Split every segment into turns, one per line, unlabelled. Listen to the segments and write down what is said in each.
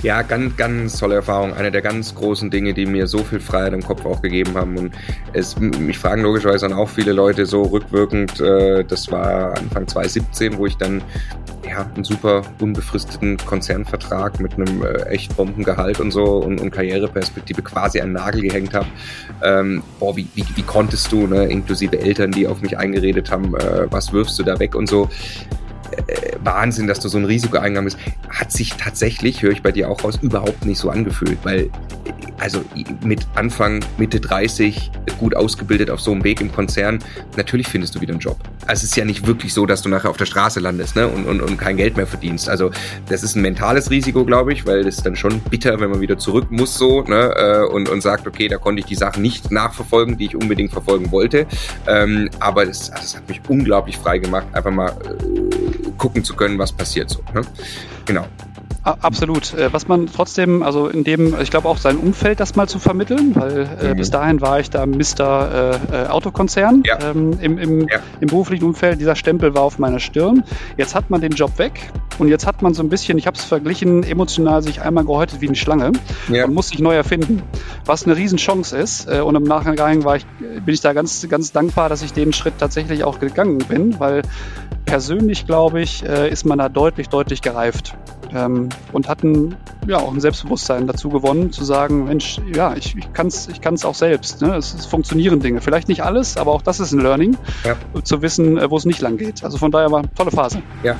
Ja, ganz, ganz tolle Erfahrung. Eine der ganz großen Dinge, die mir so viel Freiheit im Kopf auch gegeben haben. Und mich fragen logischerweise dann auch viele Leute so rückwirkend, das war Anfang 2017, wo ich dann einen super unbefristeten Konzernvertrag mit einem echt Bombengehalt und so und Karriereperspektive quasi an den Nagel gehängt habe. Wie konntest du, ne, inklusive Eltern, die auf mich eingeredet haben, was wirfst du da weg und so. Wahnsinn, dass du so ein Risiko eingegangen bist. Hat sich tatsächlich, höre ich bei dir auch raus, überhaupt nicht so angefühlt, weil also mit Anfang, Mitte 30, gut ausgebildet auf so einem Weg im Konzern, natürlich findest du wieder einen Job. Also es ist ja nicht wirklich so, dass du nachher auf der Straße landest, ne, und kein Geld mehr verdienst. Also das ist ein mentales Risiko, glaube ich, weil das ist dann schon bitter, wenn man wieder zurück muss so, ne, und sagt, okay, da konnte ich die Sachen nicht nachverfolgen, die ich unbedingt verfolgen wollte. Aber das hat mich unglaublich frei gemacht, einfach mal gucken zu können, was passiert so. Ne? Genau.
Absolut. Was man trotzdem, also ich glaube auch sein Umfeld das mal zu vermitteln, weil bis dahin war ich da Mr. Autokonzern im beruflichen Umfeld. Dieser Stempel war auf meiner Stirn. Jetzt hat man den Job weg und jetzt hat man so ein bisschen, ich habe es verglichen, emotional sich einmal gehäutet wie eine Schlange und muss sich neu erfinden, was eine Riesenchance ist. Und im Nachgang bin ich da ganz, ganz dankbar, dass ich den Schritt tatsächlich auch gegangen bin, weil persönlich, glaube ich, ist man da deutlich, deutlich gereift. Und hatten auch ein Selbstbewusstsein dazu gewonnen, zu sagen, Mensch, ja, ich kann's auch selbst. Ne? Es funktionieren Dinge. Vielleicht nicht alles, aber auch das ist ein Learning, zu wissen, wo es nicht lang geht. Also von daher war eine tolle Phase.
Ja.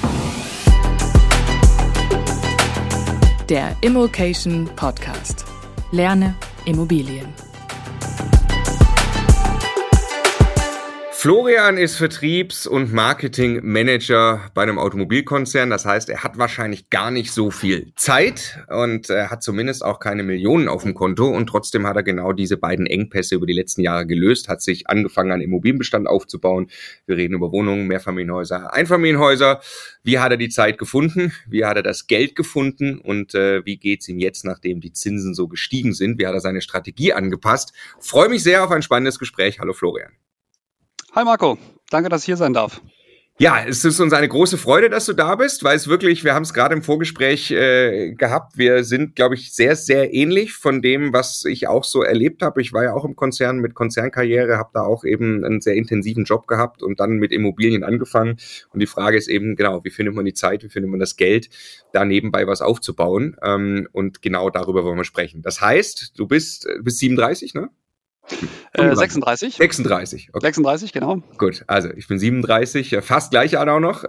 Der Immokation Podcast. Lerne Immobilien.
Florian ist Vertriebs- und Marketingmanager bei einem Automobilkonzern. Das heißt, er hat wahrscheinlich gar nicht so viel Zeit und er hat zumindest auch keine Millionen auf dem Konto. Und trotzdem hat er genau diese beiden Engpässe über die letzten Jahre gelöst, hat sich angefangen, einen Immobilienbestand aufzubauen. Wir reden über Wohnungen, Mehrfamilienhäuser, Einfamilienhäuser. Wie hat er die Zeit gefunden? Wie hat er das Geld gefunden? Und wie geht's ihm jetzt, nachdem die Zinsen so gestiegen sind? Wie hat er seine Strategie angepasst? Freue mich sehr auf ein spannendes Gespräch. Hallo Florian.
Hi Marco, danke, dass ich hier sein darf.
Ja, es ist uns eine große Freude, dass du da bist, weil es wirklich, wir haben es gerade im Vorgespräch gehabt, wir sind, glaube ich, sehr, sehr ähnlich von dem, was ich auch so erlebt habe. Ich war ja auch im Konzern mit Konzernkarriere, habe da auch eben einen sehr intensiven Job gehabt und dann mit Immobilien angefangen. Und die Frage ist eben, genau, wie findet man die Zeit, wie findet man das Geld, da nebenbei was aufzubauen? Und genau darüber wollen wir sprechen. Das heißt, du bist 37, ne?
36.
36, okay.
36, genau.
Gut, also ich bin 37, fast gleich alt auch noch.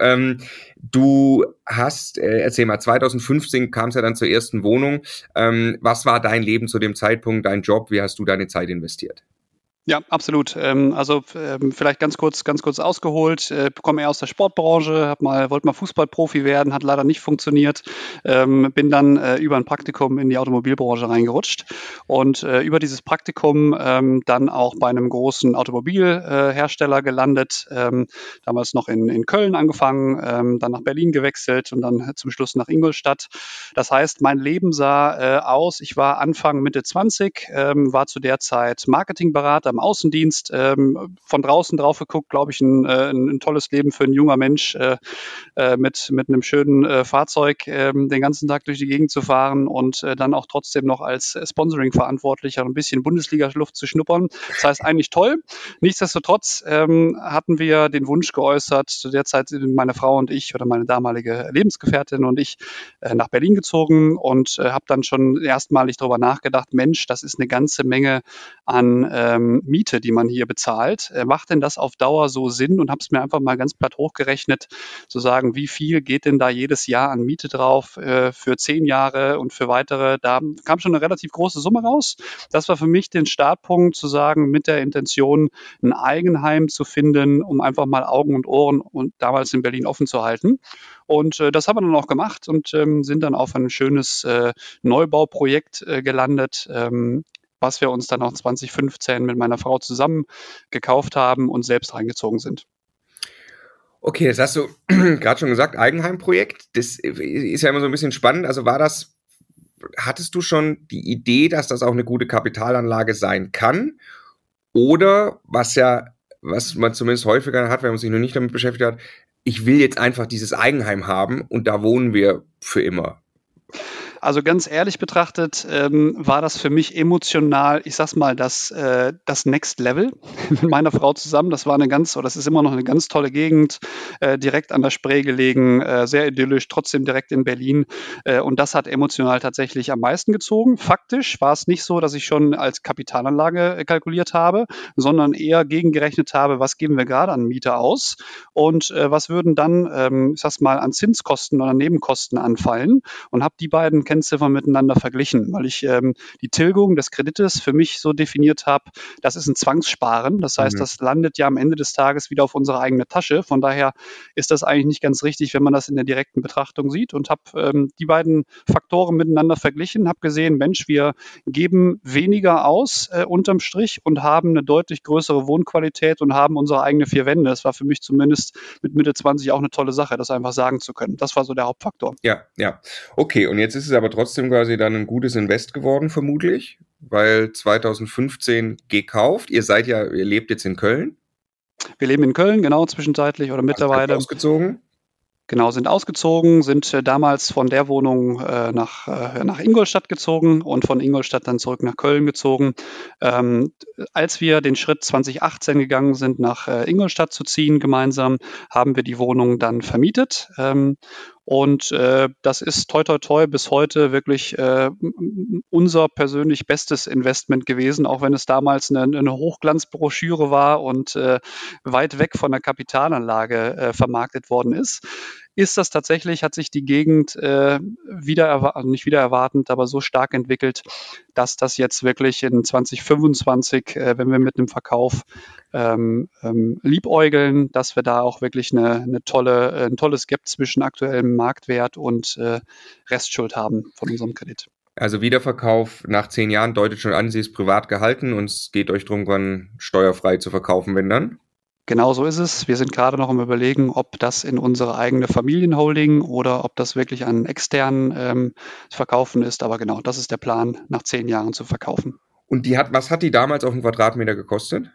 Du hast, erzähl mal, 2015 kam es ja dann zur ersten Wohnung. Was war dein Leben zu dem Zeitpunkt, dein Job? Wie hast du deine Zeit investiert?
Ja, absolut. Vielleicht ganz kurz ausgeholt. Komme eher aus der Sportbranche, wollte mal Fußballprofi werden, hat leider nicht funktioniert. Bin dann über ein Praktikum in die Automobilbranche reingerutscht und über dieses Praktikum dann auch bei einem großen Automobilhersteller gelandet. Damals noch in Köln angefangen, dann nach Berlin gewechselt und dann zum Schluss nach Ingolstadt. Das heißt, mein Leben sah aus. Ich war Anfang Mitte 20, war zu der Zeit Marketingberater im Außendienst, von draußen drauf geguckt, glaube ich, ein tolles Leben für ein junger Mensch, mit einem schönen Fahrzeug den ganzen Tag durch die Gegend zu fahren und dann auch trotzdem noch als Sponsoring-Verantwortlicher ein bisschen Bundesliga-Luft zu schnuppern. Das heißt, eigentlich toll. Nichtsdestotrotz hatten wir den Wunsch geäußert, zu der Zeit sind meine Frau und ich oder meine damalige Lebensgefährtin und ich nach Berlin gezogen und habe dann schon erstmalig darüber nachgedacht, Mensch, das ist eine ganze Menge an Miete, die man hier bezahlt. Macht denn das auf Dauer so Sinn? Und habe es mir einfach mal ganz platt hochgerechnet, zu sagen, wie viel geht denn da jedes Jahr an Miete drauf für 10 Jahre und für weitere? Da kam schon eine relativ große Summe raus. Das war für mich den Startpunkt, zu sagen, mit der Intention, ein Eigenheim zu finden, um einfach mal Augen und Ohren und damals in Berlin offen zu halten. Und das haben wir dann auch gemacht und sind dann auf ein schönes Neubauprojekt gelandet, was wir uns dann auch 2015 mit meiner Frau zusammen gekauft haben und selbst reingezogen sind.
Okay, das hast du gerade schon gesagt, Eigenheimprojekt. Das ist ja immer so ein bisschen spannend. Also hattest du schon die Idee, dass das auch eine gute Kapitalanlage sein kann? Oder was man zumindest häufiger hat, wenn man sich noch nicht damit beschäftigt hat, ich will jetzt einfach dieses Eigenheim haben und da wohnen wir für immer.
Also ganz ehrlich betrachtet war das für mich emotional, ich sag's mal, das Next Level mit meiner Frau zusammen. Das ist immer noch eine ganz tolle Gegend, direkt an der Spree gelegen, sehr idyllisch, trotzdem direkt in Berlin. Und das hat emotional tatsächlich am meisten gezogen. Faktisch war es nicht so, dass ich schon als Kapitalanlage kalkuliert habe, sondern eher gegengerechnet habe, was geben wir gerade an Miete aus und was würden dann, ich sag's mal, an Zinskosten oder Nebenkosten anfallen und habe die beiden Kennziffern miteinander verglichen, weil ich die Tilgung des Kredites für mich so definiert habe, das ist ein Zwangssparen. Das heißt, das landet ja am Ende des Tages wieder auf unsere eigene Tasche. Von daher ist das eigentlich nicht ganz richtig, wenn man das in der direkten Betrachtung sieht und habe die beiden Faktoren miteinander verglichen, habe gesehen, Mensch, wir geben weniger aus unterm Strich und haben eine deutlich größere Wohnqualität und haben unsere eigene vier Wände. Das war für mich zumindest mit Mitte 20 auch eine tolle Sache, das einfach sagen zu können. Das war so der Hauptfaktor.
Ja. Okay, und jetzt ist es aber trotzdem quasi dann ein gutes Invest geworden, vermutlich, weil 2015 gekauft. Ihr lebt jetzt in Köln.
Wir leben in Köln, genau, zwischenzeitlich oder mittlerweile.
Ausgezogen?
Genau, sind ausgezogen, sind damals von der Wohnung nach Ingolstadt gezogen und von Ingolstadt dann zurück nach Köln gezogen. Als wir den Schritt 2018 gegangen sind, nach Ingolstadt zu ziehen gemeinsam, haben wir die Wohnung dann vermietet. Und das ist toi toi toi bis heute wirklich unser persönlich bestes Investment gewesen, auch wenn es damals eine Hochglanzbroschüre war und weit weg von der Kapitalanlage vermarktet worden ist. Ist das tatsächlich, hat sich die Gegend nicht wieder erwartend, aber so stark entwickelt, dass das jetzt wirklich in 2025, wenn wir mit einem Verkauf liebäugeln, dass wir da auch wirklich ein tolles Gap zwischen aktuellem Marktwert und Restschuld haben von unserem Kredit.
Also Wiederverkauf nach 10 Jahren deutet schon an, sie ist privat gehalten und es geht euch darum, wann steuerfrei zu verkaufen, wenn dann?
Genau so ist es. Wir sind gerade noch am Überlegen, ob das in unsere eigene Familienholding oder ob das wirklich an externen verkaufen ist. Aber genau, das ist der Plan, nach 10 Jahren zu verkaufen.
Und was hat die damals auf einen Quadratmeter gekostet?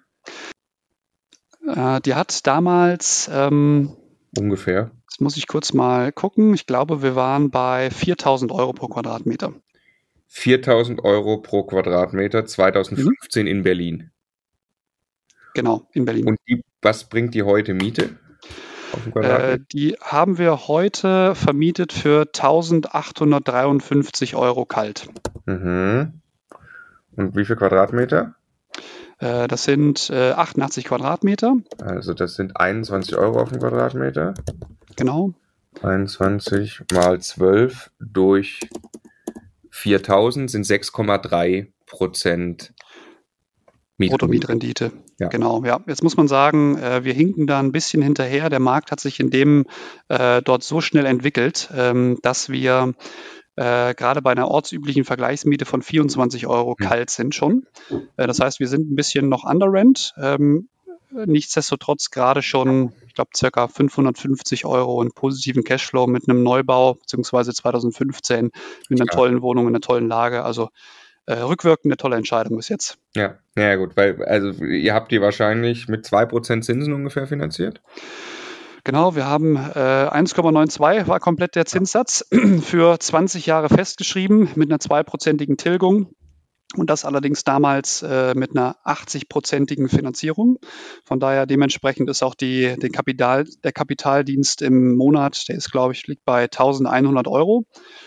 Die hat damals
ungefähr.
Das muss ich kurz mal gucken. Ich glaube, wir waren bei 4.000 Euro pro Quadratmeter.
4.000 Euro pro Quadratmeter, 2015 in Berlin.
Genau, in Berlin.
Und was bringt die heute Miete? Auf den Quadratmeter?
Die haben wir heute vermietet für 1.853 Euro kalt.
Mhm. Und wie viel Quadratmeter?
Das sind 88 Quadratmeter.
Also das sind 21 Euro auf den Quadratmeter.
Genau.
21 mal 12 durch 4.000 sind 6,3%
Bruttomietrendite.
Ja.
Genau, ja. Jetzt muss man sagen, wir hinken da ein bisschen hinterher. Der Markt hat sich in dem dort so schnell entwickelt, dass wir gerade bei einer ortsüblichen Vergleichsmiete von 24 Euro kalt sind schon. Das heißt, wir sind ein bisschen noch under Rent. Nichtsdestotrotz gerade schon, ich glaube, ca. 550 Euro in positiven Cashflow mit einem Neubau, beziehungsweise 2015 mit einer tollen Wohnung, in einer tollen Lage. Also rückwirkend eine tolle Entscheidung bis jetzt.
Ja, gut, ihr habt die wahrscheinlich mit 2% Zinsen ungefähr finanziert?
Genau, wir haben 1,92 war komplett der Zinssatz für 20 Jahre festgeschrieben mit einer 2%igen Tilgung. Und das allerdings damals mit einer 80%igen Finanzierung. Von daher dementsprechend ist auch der Kapitaldienst im Monat, der ist, glaube ich, liegt bei 1.100 Euro.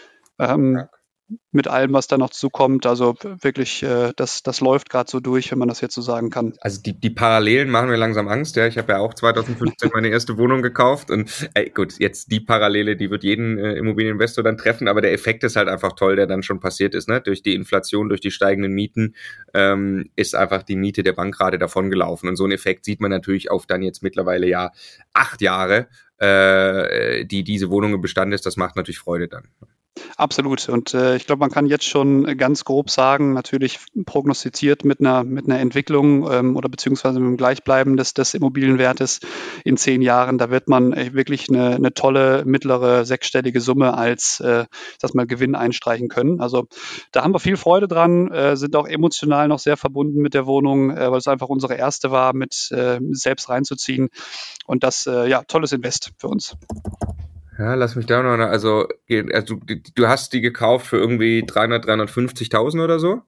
Mit allem, was da noch zukommt. Also wirklich, das läuft gerade so durch, wenn man das jetzt so sagen kann.
Also die Parallelen machen mir langsam Angst. Ja, ich habe ja auch 2015 meine erste Wohnung gekauft und gut, jetzt die Parallele, die wird jeden Immobilieninvestor dann treffen, aber der Effekt ist halt einfach toll, der dann schon passiert ist. Ne? Durch die Inflation, durch die steigenden Mieten ist einfach die Miete der Bankrate davongelaufen und so einen Effekt sieht man natürlich auf dann jetzt mittlerweile 8 Jahre, die diese Wohnung im Bestand ist. Das macht natürlich Freude dann.
Absolut. Und ich glaube, man kann jetzt schon ganz grob sagen, natürlich prognostiziert mit einer Entwicklung oder beziehungsweise mit dem Gleichbleiben des Immobilienwertes in 10 Jahren, da wird man wirklich eine tolle mittlere sechsstellige Summe als Gewinn einstreichen können. Also da haben wir viel Freude dran, sind auch emotional noch sehr verbunden mit der Wohnung, weil es einfach unsere erste war, mit selbst reinzuziehen. Und das, tolles Invest für uns.
Ja, lass mich da noch, also du hast die gekauft für irgendwie 350.000 oder so?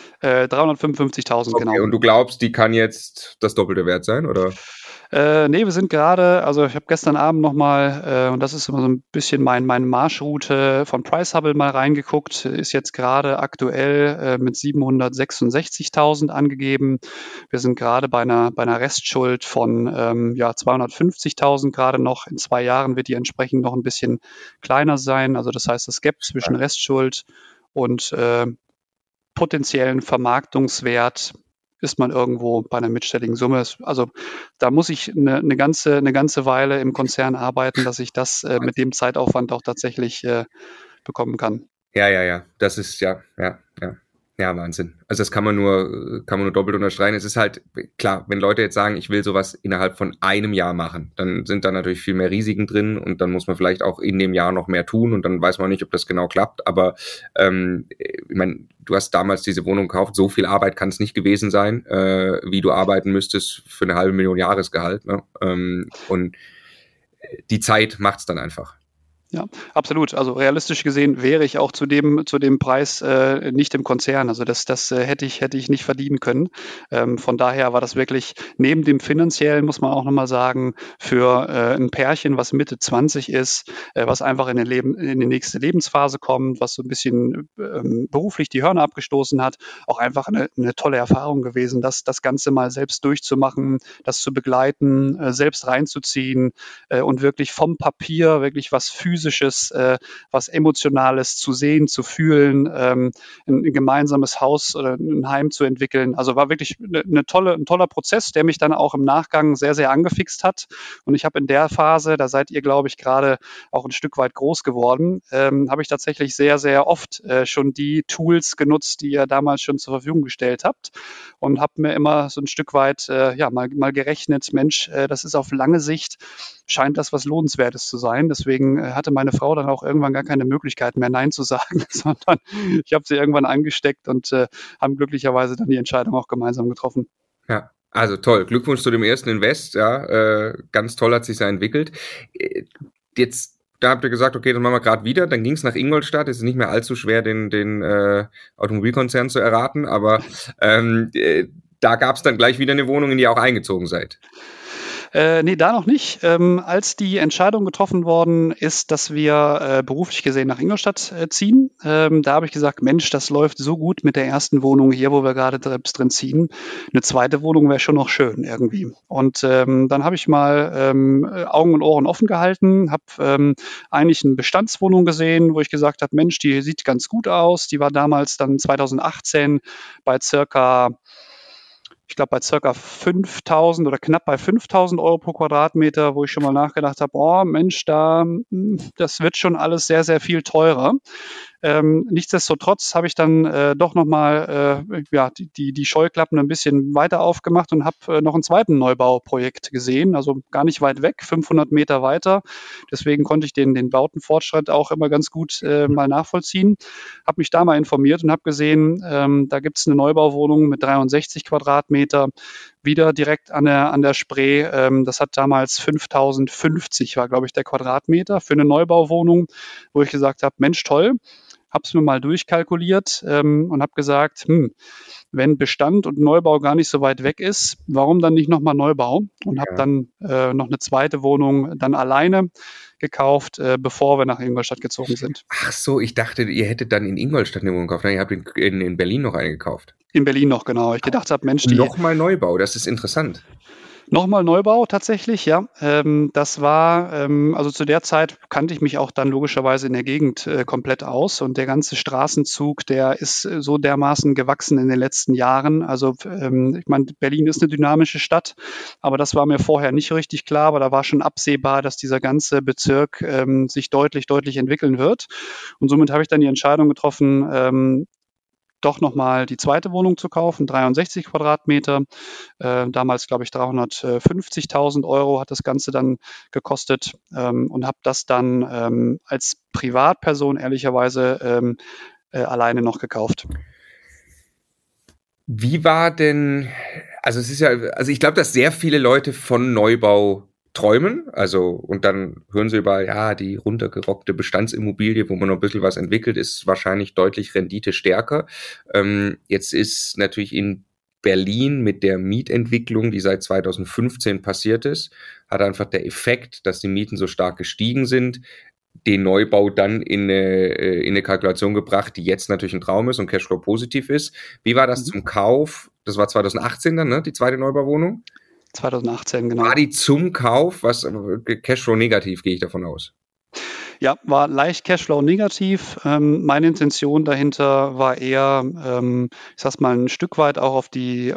355.000,
Okay,
genau.
und du glaubst, die kann jetzt das doppelte Wert sein, oder?
Nee, wir sind gerade, also ich habe gestern Abend nochmal, und das ist immer so ein bisschen meine Marschroute von Pricehubble mal reingeguckt, ist jetzt gerade aktuell mit 766.000 angegeben. Wir sind gerade bei einer Restschuld von 250.000 gerade noch. In 2 Jahren wird die entsprechend noch ein bisschen kleiner sein. Also das heißt, das Gap zwischen Restschuld und potenziellen Vermarktungswert ist man irgendwo bei einer mitstelligen Summe. Also da muss ich eine ganze Weile im Konzern arbeiten, dass ich das mit dem Zeitaufwand auch tatsächlich bekommen kann.
Ja. Das ist ja. Ja, Wahnsinn. Also das kann man nur doppelt unterstreichen. Es ist halt klar, wenn Leute jetzt sagen, ich will sowas innerhalb von einem Jahr machen, dann sind da natürlich viel mehr Risiken drin und dann muss man vielleicht auch in dem Jahr noch mehr tun und dann weiß man nicht, ob das genau klappt. Aber ich meine, du hast damals diese Wohnung gekauft, so viel Arbeit kann es nicht gewesen sein, wie du arbeiten müsstest für 500.000 Jahresgehalt. Ne? Und die Zeit macht's dann einfach.
Ja, absolut. Also realistisch gesehen wäre ich auch zu dem Preis nicht im Konzern. Also das hätte ich nicht verdienen können. Von daher war das wirklich neben dem finanziellen, muss man auch nochmal sagen, für ein Pärchen, was Mitte 20 ist, was einfach in die nächste Lebensphase kommt, was so ein bisschen beruflich die Hörner abgestoßen hat, auch einfach eine tolle Erfahrung gewesen, das Ganze mal selbst durchzumachen, das zu begleiten, selbst reinzuziehen und wirklich vom Papier wirklich was Physisches, was Emotionales zu sehen, zu fühlen, ein gemeinsames Haus oder ein Heim zu entwickeln. Also war wirklich ein toller Prozess, der mich dann auch im Nachgang sehr, sehr angefixt hat. Und ich habe in der Phase, da seid ihr, glaube ich, gerade auch ein Stück weit groß geworden, habe ich tatsächlich sehr, sehr oft schon die Tools genutzt, die ihr damals schon zur Verfügung gestellt habt und habe mir immer so ein Stück weit mal gerechnet, Mensch, das ist auf lange Sicht, scheint das was Lohnenswertes zu sein. Deswegen hatte meine Frau dann auch irgendwann gar keine Möglichkeit mehr, Nein zu sagen, sondern ich habe sie irgendwann angesteckt und haben glücklicherweise dann die Entscheidung auch gemeinsam getroffen.
Ja, also toll. Glückwunsch zu dem ersten Invest. Ja, ganz toll hat sich da entwickelt. Jetzt, da habt ihr gesagt, okay, das machen wir gerade wieder. Dann ging es nach Ingolstadt. Es ist nicht mehr allzu schwer, den Automobilkonzern zu erraten, aber da gab es dann gleich wieder eine Wohnung, in die ihr auch eingezogen seid.
Nee, da noch nicht. Als die Entscheidung getroffen worden ist, dass wir beruflich gesehen nach Ingolstadt ziehen, da habe ich gesagt, Mensch, das läuft so gut mit der ersten Wohnung hier, wo wir gerade drin ziehen. Eine zweite Wohnung wäre schon noch schön irgendwie. Und dann habe ich mal Augen und Ohren offen gehalten, habe eigentlich eine Bestandswohnung gesehen, wo ich gesagt habe, Mensch, die sieht ganz gut aus. Die war damals dann 2018 bei circa 5.000 oder knapp bei 5.000 Euro pro Quadratmeter, wo ich schon mal nachgedacht habe, oh Mensch, das wird schon alles sehr, sehr viel teurer. Nichtsdestotrotz habe ich dann doch nochmal die Scheuklappen ein bisschen weiter aufgemacht und habe noch einen zweiten Neubauprojekt gesehen, also gar nicht weit weg, 500 Meter weiter. Deswegen konnte ich den Bautenfortschritt auch immer ganz gut mal nachvollziehen. Habe mich da mal informiert und habe gesehen, da gibt es eine Neubauwohnung mit 63 Quadratmeter, wieder direkt an der Spree. Das hat damals 5.050 war, glaube ich, der Quadratmeter für eine Neubauwohnung, wo ich gesagt habe, Mensch, toll. Habe es mir mal durchkalkuliert und habe gesagt, wenn Bestand und Neubau gar nicht so weit weg ist, warum dann nicht nochmal Neubau? Und habe dann noch eine zweite Wohnung dann alleine gekauft, bevor wir nach Ingolstadt gezogen sind.
Ach so, ich dachte, ihr hättet dann in Ingolstadt eine Wohnung gekauft. Nein, ihr habt in Berlin noch eine gekauft.
In Berlin noch, genau. Ich gedacht habe, Mensch,
Nochmal Neubau, das ist interessant.
Nochmal Neubau tatsächlich, ja. Das war, also zu der Zeit kannte ich mich auch dann logischerweise in der Gegend komplett aus und der ganze Straßenzug, der ist so dermaßen gewachsen in den letzten Jahren. Also ich meine, Berlin ist eine dynamische Stadt, aber das war mir vorher nicht richtig klar, aber da war schon absehbar, dass dieser ganze Bezirk sich deutlich entwickeln wird. Und somit habe ich dann die Entscheidung getroffen, doch nochmal die zweite Wohnung zu kaufen, 63 Quadratmeter. Damals, glaube ich, 350.000 Euro hat das Ganze dann gekostet und habe das dann als Privatperson ehrlicherweise alleine noch gekauft.
Wie war denn, also es ist ja, also ich glaube, dass sehr viele Leute von Neubau träumen, also und dann hören sie überall, ja, die runtergerockte Bestandsimmobilie, wo man noch ein bisschen was entwickelt, ist wahrscheinlich deutlich renditestärker. Jetzt ist natürlich in Berlin mit der Mietentwicklung, die seit 2015 passiert ist, hat einfach der Effekt, dass die Mieten so stark gestiegen sind, den Neubau dann in eine Kalkulation gebracht, die jetzt natürlich ein Traum ist und Cashflow positiv ist. Wie war das zum Kauf? Das war 2018 dann, ne? Die zweite Neubauwohnung?
2018, genau.
War die zum Kauf, was Cashflow negativ, gehe ich davon aus?
Ja, war leicht Cashflow negativ. Meine Intention dahinter war eher, ich sag's mal, ein Stück weit auch auf die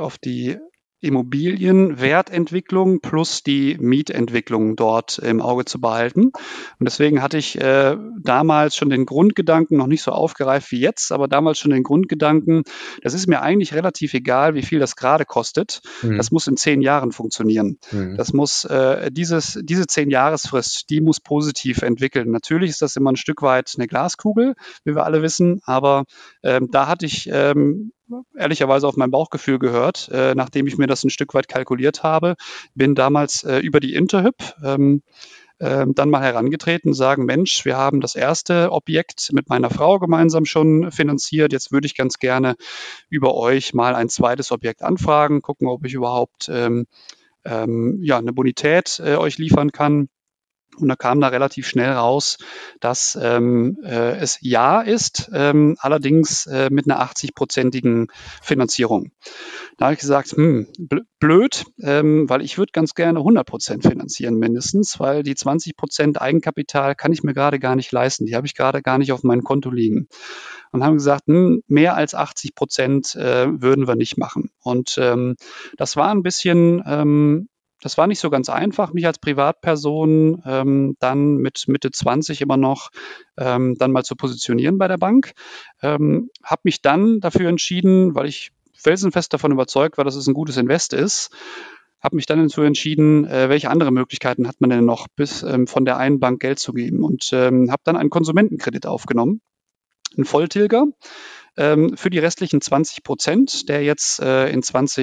Immobilienwertentwicklung plus die Mietentwicklung dort im Auge zu behalten. Und deswegen hatte ich damals schon den Grundgedanken, noch nicht so aufgereift wie jetzt, aber damals schon den Grundgedanken, das ist mir eigentlich relativ egal, wie viel das gerade kostet. Das muss in 10 Jahren funktionieren. Das muss diese 10-Jahresfrist, die muss positiv entwickeln. Natürlich ist das immer ein Stück weit eine Glaskugel, wie wir alle wissen, aber da hatte ich ehrlicherweise auf mein Bauchgefühl gehört, nachdem ich mir das ein Stück weit kalkuliert habe, bin damals über die Interhyp dann mal herangetreten und sagen, Mensch, wir haben das erste Objekt mit meiner Frau gemeinsam schon finanziert, jetzt würde ich ganz gerne über euch mal ein zweites Objekt anfragen, gucken, ob ich überhaupt eine Bonität euch liefern kann. Und da kam da relativ schnell raus, dass es ja ist, allerdings mit einer 80-prozentigen Finanzierung. Da habe ich gesagt, blöd, weil ich würde ganz gerne 100% finanzieren mindestens, weil die 20% Eigenkapital kann ich mir gerade gar nicht leisten. Die habe ich gerade gar nicht auf meinem Konto liegen. Und haben gesagt, mehr als 80% würden wir nicht machen. Und das war ein bisschen... Das war nicht so ganz einfach, mich als Privatperson dann mit Mitte 20 immer noch dann mal zu positionieren bei der Bank. Habe mich dann dafür entschieden, weil ich felsenfest davon überzeugt war, dass es ein gutes Invest ist, habe mich dann dazu entschieden, welche andere Möglichkeiten hat man denn noch, bis von der einen Bank Geld zu geben. Und habe dann einen Konsumentenkredit aufgenommen, einen Volltilger, für die restlichen 20%, der jetzt in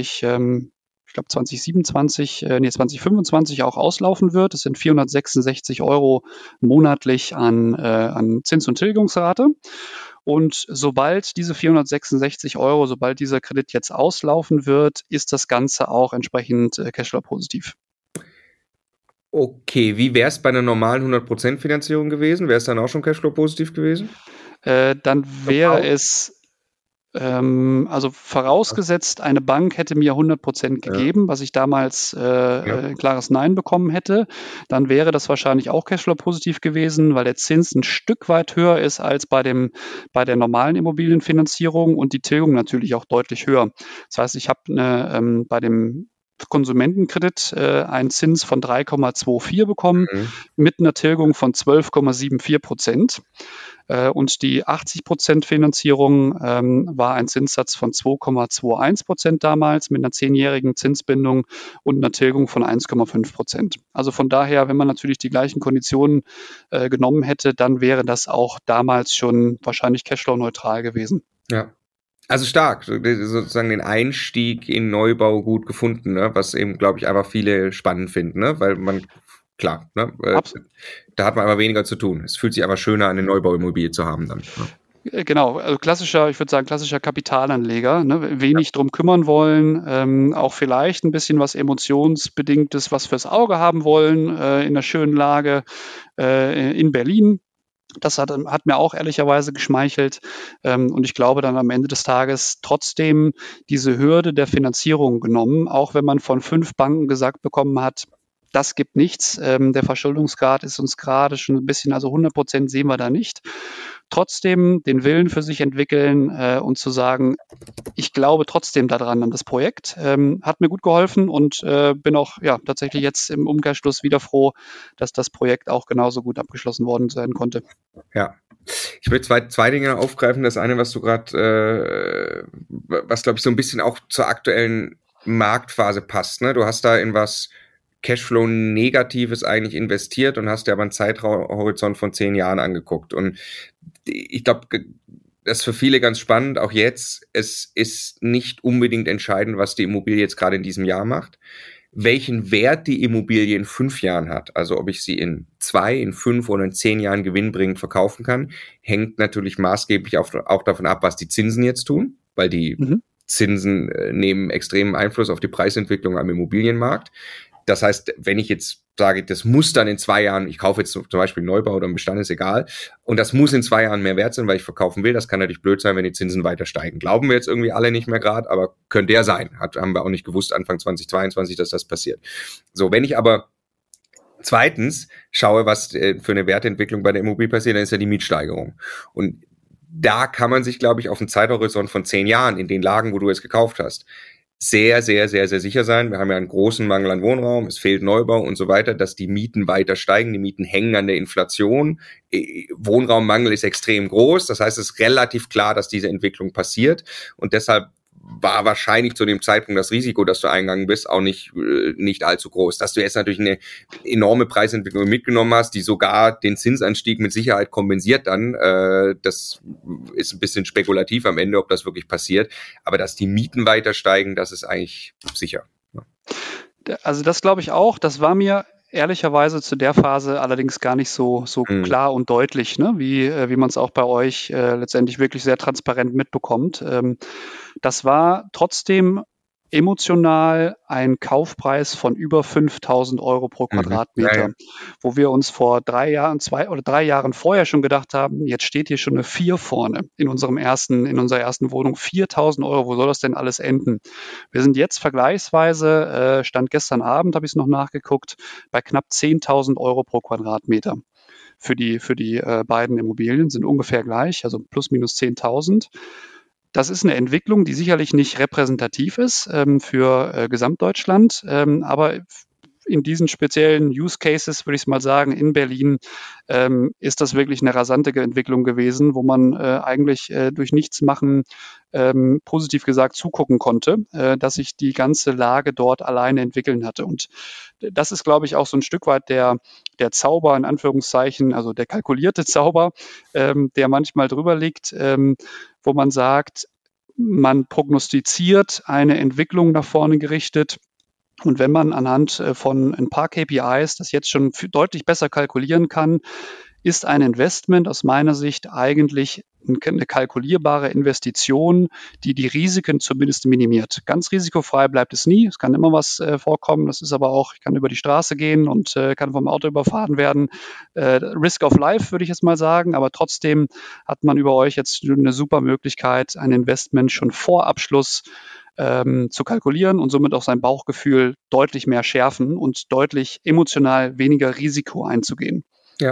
2025 auch auslaufen wird. Das sind 466 € monatlich an Zins- und Tilgungsrate. Und sobald diese 466 €, sobald dieser Kredit jetzt auslaufen wird, ist das Ganze auch entsprechend Cashflow-positiv.
Okay, wie wäre es bei einer normalen 100% Finanzierung gewesen? Wäre es dann auch schon Cashflow-positiv gewesen?
Dann wäre es... Also vorausgesetzt, eine Bank hätte mir 100% gegeben, was ich damals ein klares Nein bekommen hätte, dann wäre das wahrscheinlich auch Cashflow-positiv gewesen, weil der Zins ein Stück weit höher ist als bei der normalen Immobilienfinanzierung und die Tilgung natürlich auch deutlich höher. Das heißt, ich habe bei dem Konsumentenkredit einen Zins von 3,24 bekommen mit einer Tilgung von 12,74%. Und die 80% Finanzierung war ein Zinssatz von 2,21% damals mit einer 10-jährigen Zinsbindung und einer Tilgung von 1,5%. Also von daher, wenn man natürlich die gleichen Konditionen genommen hätte, dann wäre das auch damals schon wahrscheinlich Cashflow-neutral gewesen.
Ja. Also stark, sozusagen den Einstieg in Neubau gut gefunden, ne? Was eben, glaube ich, einfach viele spannend finden, ne? Weil man, klar, ne? Da hat man aber weniger zu tun. Es fühlt sich aber schöner, eine Neubauimmobilie zu haben dann.
Ne? Genau, also ich würde sagen, klassischer Kapitalanleger, ne? Wenig drum kümmern wollen, auch vielleicht ein bisschen was Emotionsbedingtes, was fürs Auge haben wollen, in einer schönen Lage in Berlin. Das hat mir auch ehrlicherweise geschmeichelt. Und ich glaube dann am Ende des Tages trotzdem diese Hürde der Finanzierung genommen, auch wenn man von 5 Banken gesagt bekommen hat, das gibt nichts. Der Verschuldungsgrad ist uns gerade schon ein bisschen, also 100% sehen wir da nicht. Trotzdem den Willen für sich entwickeln und zu sagen, ich glaube trotzdem daran an das Projekt, hat mir gut geholfen und bin auch tatsächlich jetzt im Umkehrschluss wieder froh, dass das Projekt auch genauso gut abgeschlossen worden sein konnte.
Ja. Ich will zwei Dinge aufgreifen. Das eine, was du gerade, was glaube ich so ein bisschen auch zur aktuellen Marktphase passt. Ne? Du hast da in was Cashflow-Negatives eigentlich investiert und hast dir aber einen Zeithorizont von 10 Jahren angeguckt. Und ich glaube, das ist für viele ganz spannend, auch jetzt. Es ist nicht unbedingt entscheidend, was die Immobilie jetzt gerade in diesem Jahr macht. welchen Wert die Immobilie in 5 Jahren hat, also ob ich sie in 2, in 5 oder in 10 Jahren gewinnbringend verkaufen kann, hängt natürlich maßgeblich auch davon ab, was die Zinsen jetzt tun, weil die Zinsen nehmen extremen Einfluss auf die Preisentwicklung am Immobilienmarkt. Das heißt, wenn ich jetzt sage, das muss dann in 2 Jahren, ich kaufe jetzt zum Beispiel Neubau oder einen Bestand, ist egal, und das muss in 2 Jahren mehr wert sein, weil ich verkaufen will, das kann natürlich blöd sein, wenn die Zinsen weiter steigen. Glauben wir jetzt irgendwie alle nicht mehr gerade, aber könnte ja sein. Haben wir auch nicht gewusst Anfang 2022, dass das passiert. So, wenn ich aber zweitens schaue, was für eine Wertentwicklung bei der Immobilie passiert, dann ist ja die Mietsteigerung. Und da kann man sich, glaube ich, auf einen Zeithorizont von 10 Jahren in den Lagen, wo du es gekauft hast, sehr, sehr, sehr, sehr sicher sein. Wir haben ja einen großen Mangel an Wohnraum, es fehlt Neubau und so weiter, dass die Mieten weiter steigen. Die Mieten hängen an der Inflation. Wohnraummangel ist extrem groß. Das heißt, es ist relativ klar, dass diese Entwicklung passiert. Und deshalb war wahrscheinlich zu dem Zeitpunkt das Risiko, dass du eingegangen bist, auch nicht allzu groß. Dass du jetzt natürlich eine enorme Preisentwicklung mitgenommen hast, die sogar den Zinsanstieg mit Sicherheit kompensiert dann, das ist ein bisschen spekulativ am Ende, ob das wirklich passiert. Aber dass die Mieten weiter steigen, das ist eigentlich sicher.
Also das glaube ich auch. Das war mir ehrlicherweise zu der Phase allerdings gar nicht so klar und deutlich, ne? wie man es auch bei euch letztendlich wirklich sehr transparent mitbekommt. Das war trotzdem emotional ein Kaufpreis von über 5.000 € pro Quadratmeter, wo wir uns vor 3 Jahren, 2 oder 3 Jahren vorher schon gedacht haben, jetzt steht hier schon eine 4 vorne in unserer ersten Wohnung. 4.000 €, wo soll das denn alles enden? Wir sind jetzt vergleichsweise, Stand gestern Abend, habe ich es noch nachgeguckt, bei knapp 10.000 € pro Quadratmeter. Für die beiden Immobilien sind ungefähr gleich, also plus minus 10.000. Das ist eine Entwicklung, die sicherlich nicht repräsentativ ist für Gesamtdeutschland, aber in diesen speziellen Use Cases, würde ich mal sagen, in Berlin ist das wirklich eine rasante Entwicklung gewesen, wo man eigentlich durch nichts machen, positiv gesagt, zugucken konnte, dass sich die ganze Lage dort alleine entwickeln hatte. Und das ist, glaube ich, auch so ein Stück weit der Zauber, in Anführungszeichen, also der kalkulierte Zauber, der manchmal drüber liegt, wo man sagt, man prognostiziert eine Entwicklung nach vorne gerichtet. Und wenn man anhand von ein paar KPIs das jetzt schon deutlich besser kalkulieren kann, ist ein Investment aus meiner Sicht eigentlich eine kalkulierbare Investition, die die Risiken zumindest minimiert. Ganz risikofrei bleibt es nie. Es kann immer was vorkommen. Das ist aber auch, ich kann über die Straße gehen und kann vom Auto überfahren werden. Risk of life, würde ich jetzt mal sagen. Aber trotzdem hat man über euch jetzt eine super Möglichkeit, ein Investment schon vor Abschluss zu kalkulieren und somit auch sein Bauchgefühl deutlich mehr schärfen und deutlich emotional weniger Risiko einzugehen.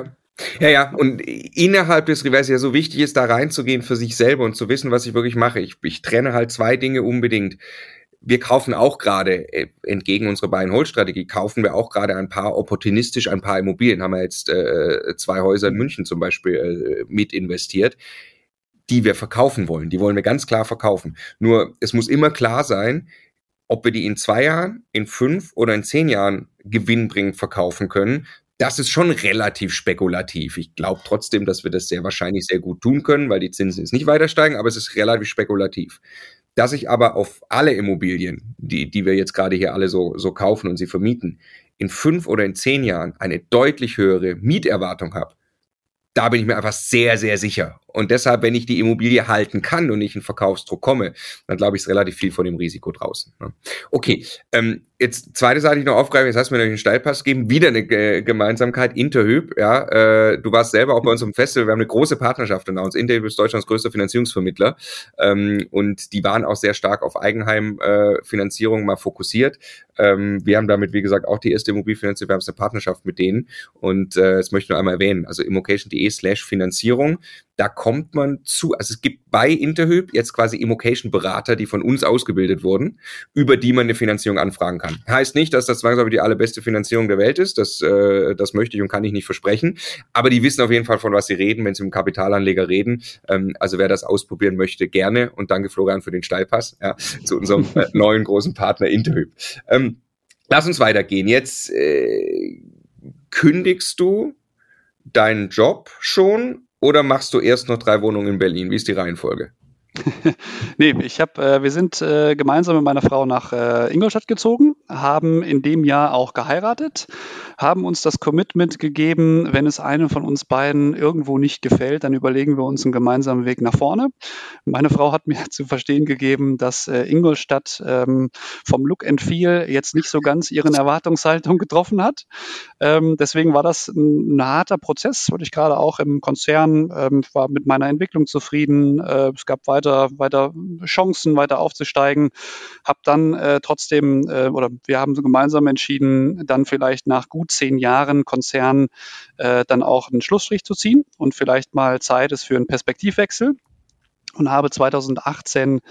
Ja, und innerhalb des Revers ja so wichtig ist, da reinzugehen für sich selber und zu wissen, was ich wirklich mache. Ich trenne halt 2 Dinge unbedingt. Wir kaufen auch gerade, entgegen unserer Buy-and-Hold-Strategie, kaufen wir auch gerade ein paar Immobilien. Haben wir jetzt 2 Häuser in München zum Beispiel mit investiert, die wir verkaufen wollen. Die wollen wir ganz klar verkaufen. Nur, es muss immer klar sein, ob wir die in 2 Jahren, in 5 oder in 10 Jahren gewinnbringend verkaufen können. Das ist schon relativ spekulativ. Ich glaube trotzdem, dass wir das sehr wahrscheinlich sehr gut tun können, weil die Zinsen jetzt nicht weiter steigen, aber es ist relativ spekulativ. Dass ich aber auf alle Immobilien, die wir jetzt gerade hier alle so kaufen und sie vermieten, in 5 oder in 10 Jahren eine deutlich höhere Mieterwartung habe, da bin ich mir einfach sehr, sehr sicher. Und deshalb, wenn ich die Immobilie halten kann und nicht in Verkaufsdruck komme, dann glaube ich, ist relativ viel von dem Risiko draußen. Okay, jetzt zweite Seite, die ich noch aufgreife, jetzt hast du mir einen Steilpass gegeben, wieder eine Gemeinsamkeit, Interhyp, ja, du warst selber auch bei uns im Festival, wir haben eine große Partnerschaft announced. Interhyp ist Deutschlands größter Finanzierungsvermittler und die waren auch sehr stark auf Eigenheimfinanzierung mal fokussiert. Wir haben damit, wie gesagt, auch die erste Immobilie finanziert, wir haben eine Partnerschaft mit denen und das möchte ich nur einmal erwähnen, also immocation.de/Finanzierung, da kommt man zu, also es gibt bei Interhyp jetzt quasi Immocation-Berater, die von uns ausgebildet wurden, über die man eine Finanzierung anfragen kann. Heißt nicht, dass das zwangsläufig die allerbeste Finanzierung der Welt ist, das möchte ich und kann ich nicht versprechen, aber die wissen auf jeden Fall, von was sie reden, wenn sie mit dem Kapitalanleger reden. Also wer das ausprobieren möchte, gerne und danke Florian für den Steilpass, ja, zu unserem neuen großen Partner Interhyp. Lass uns weitergehen. Jetzt kündigst du deinen Job schon oder machst du erst noch 3 Wohnungen in Berlin? Wie ist die Reihenfolge?
Nee, wir sind gemeinsam mit meiner Frau nach Ingolstadt gezogen, haben in dem Jahr auch geheiratet, haben uns das Commitment gegeben, wenn es einem von uns beiden irgendwo nicht gefällt, dann überlegen wir uns einen gemeinsamen Weg nach vorne. Meine Frau hat mir zu verstehen gegeben, dass Ingolstadt vom Look and Feel jetzt nicht so ganz ihren Erwartungshaltung getroffen hat. Deswegen war das ein harter Prozess, wurde ich gerade auch im Konzern, war mit meiner Entwicklung zufrieden, es gab weiter Chancen, weiter aufzusteigen, habe dann oder wir haben so gemeinsam entschieden, dann vielleicht nach gut 10 Jahren Konzern dann auch einen Schlussstrich zu ziehen und vielleicht mal Zeit ist für einen Perspektivwechsel und habe 2020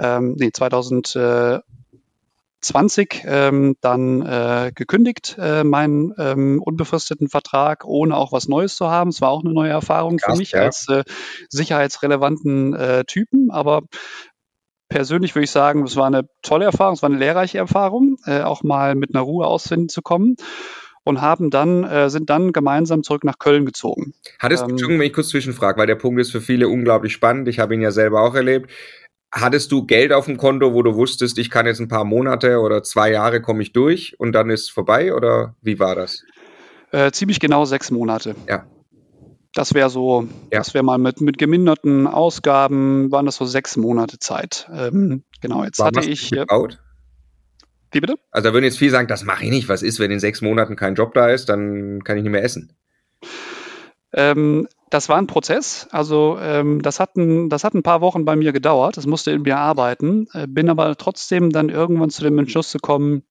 dann gekündigt, meinen unbefristeten Vertrag, ohne auch was Neues zu haben. Es war auch eine neue Erfahrung für mich als sicherheitsrelevanten Typen, aber persönlich würde ich sagen, es war eine tolle Erfahrung, es war eine lehrreiche Erfahrung, auch mal mit einer Ruhe ausfinden zu kommen. Und sind dann gemeinsam zurück nach Köln gezogen.
Entschuldigung, wenn ich kurz zwischenfrage, weil der Punkt ist für viele unglaublich spannend. Ich habe ihn ja selber auch erlebt. Hattest du Geld auf dem Konto, wo du wusstest, ich kann jetzt ein paar Monate oder 2 Jahre komme ich durch und dann ist vorbei, oder wie war das?
Ziemlich genau 6 Monate.
Ja.
Das wäre mal mit geminderten Ausgaben, waren das so 6 Monate Zeit. Genau, jetzt hatte ich
gebaut?
Wie bitte?
Also da würden jetzt viele sagen, das mache ich nicht. Was ist, wenn in 6 Monaten kein Job da ist, dann kann ich nicht mehr essen.
Das war ein Prozess. Also das hat ein paar Wochen bei mir gedauert. Das musste in mir arbeiten. Bin aber trotzdem dann irgendwann zu dem Entschluss gekommen,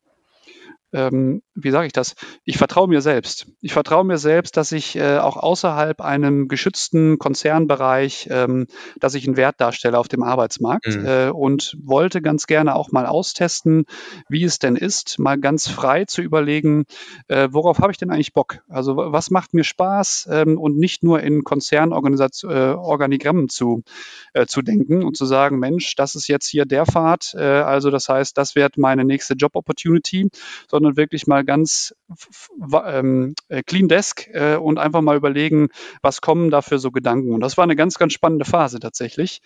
wie sage ich das? Ich vertraue mir selbst. Ich vertraue mir selbst, dass ich auch außerhalb einem geschützten Konzernbereich, dass ich einen Wert darstelle auf dem Arbeitsmarkt und wollte ganz gerne auch mal austesten, wie es denn ist, mal ganz frei zu überlegen, worauf habe ich denn eigentlich Bock? Also was macht mir Spaß und nicht nur in Organigrammen zu denken und zu sagen, Mensch, das ist jetzt hier der Pfad, also das heißt, das wird meine nächste Job-Opportunity, sondern wirklich mal ganz clean desk und einfach mal überlegen, was kommen da für so Gedanken. Und das war eine ganz, ganz spannende Phase tatsächlich,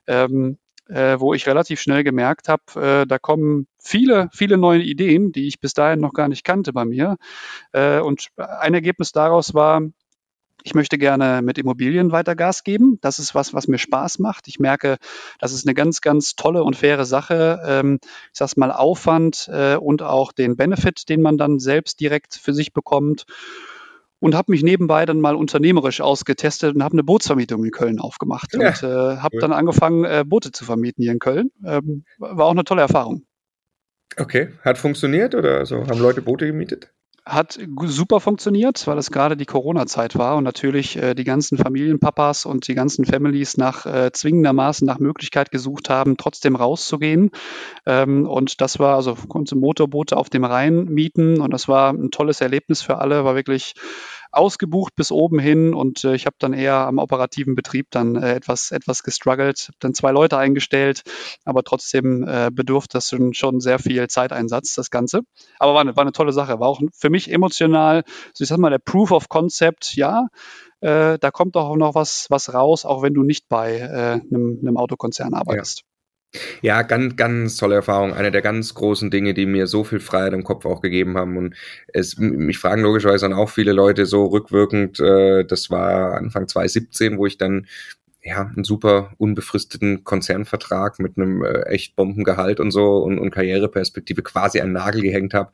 wo ich relativ schnell gemerkt habe, da kommen viele, viele neue Ideen, die ich bis dahin noch gar nicht kannte bei mir. Und ein Ergebnis daraus war, ich möchte gerne mit Immobilien weiter Gas geben. Das ist was mir Spaß macht. Ich merke, das ist eine ganz, ganz tolle und faire Sache. Ich sage mal Aufwand und auch den Benefit, den man dann selbst direkt für sich bekommt. Und habe mich nebenbei dann mal unternehmerisch ausgetestet und habe eine Bootsvermietung in Köln aufgemacht und habe dann angefangen, Boote zu vermieten hier in Köln. War auch eine tolle Erfahrung.
Okay, hat funktioniert oder so? Haben Leute Boote gemietet?
Hat super funktioniert, weil es gerade die Corona-Zeit war und natürlich die ganzen Familienpapas und die ganzen Families zwingendermaßen nach Möglichkeit gesucht haben, trotzdem rauszugehen. Und das war, also konnte Motorboote auf dem Rhein mieten und das war ein tolles Erlebnis für alle, war wirklich ausgebucht bis oben hin und ich habe dann eher am operativen Betrieb dann etwas gestruggelt, habe dann 2 Leute eingestellt, aber trotzdem bedurfte das schon sehr viel Zeiteinsatz, das Ganze. Aber war eine tolle Sache, war auch für mich emotional, so ich sag mal, der Proof of Concept, ja, da kommt auch noch was raus, auch wenn du nicht bei einem Autokonzern arbeitest.
Ja, ganz, ganz tolle Erfahrung. Eine der ganz großen Dinge, die mir so viel Freiheit im Kopf auch gegeben haben. Und mich fragen logischerweise dann auch viele Leute so rückwirkend, das war Anfang 2017, wo ich dann einen super unbefristeten Konzernvertrag mit einem echt Bombengehalt und so und Karriereperspektive quasi an den Nagel gehängt habe.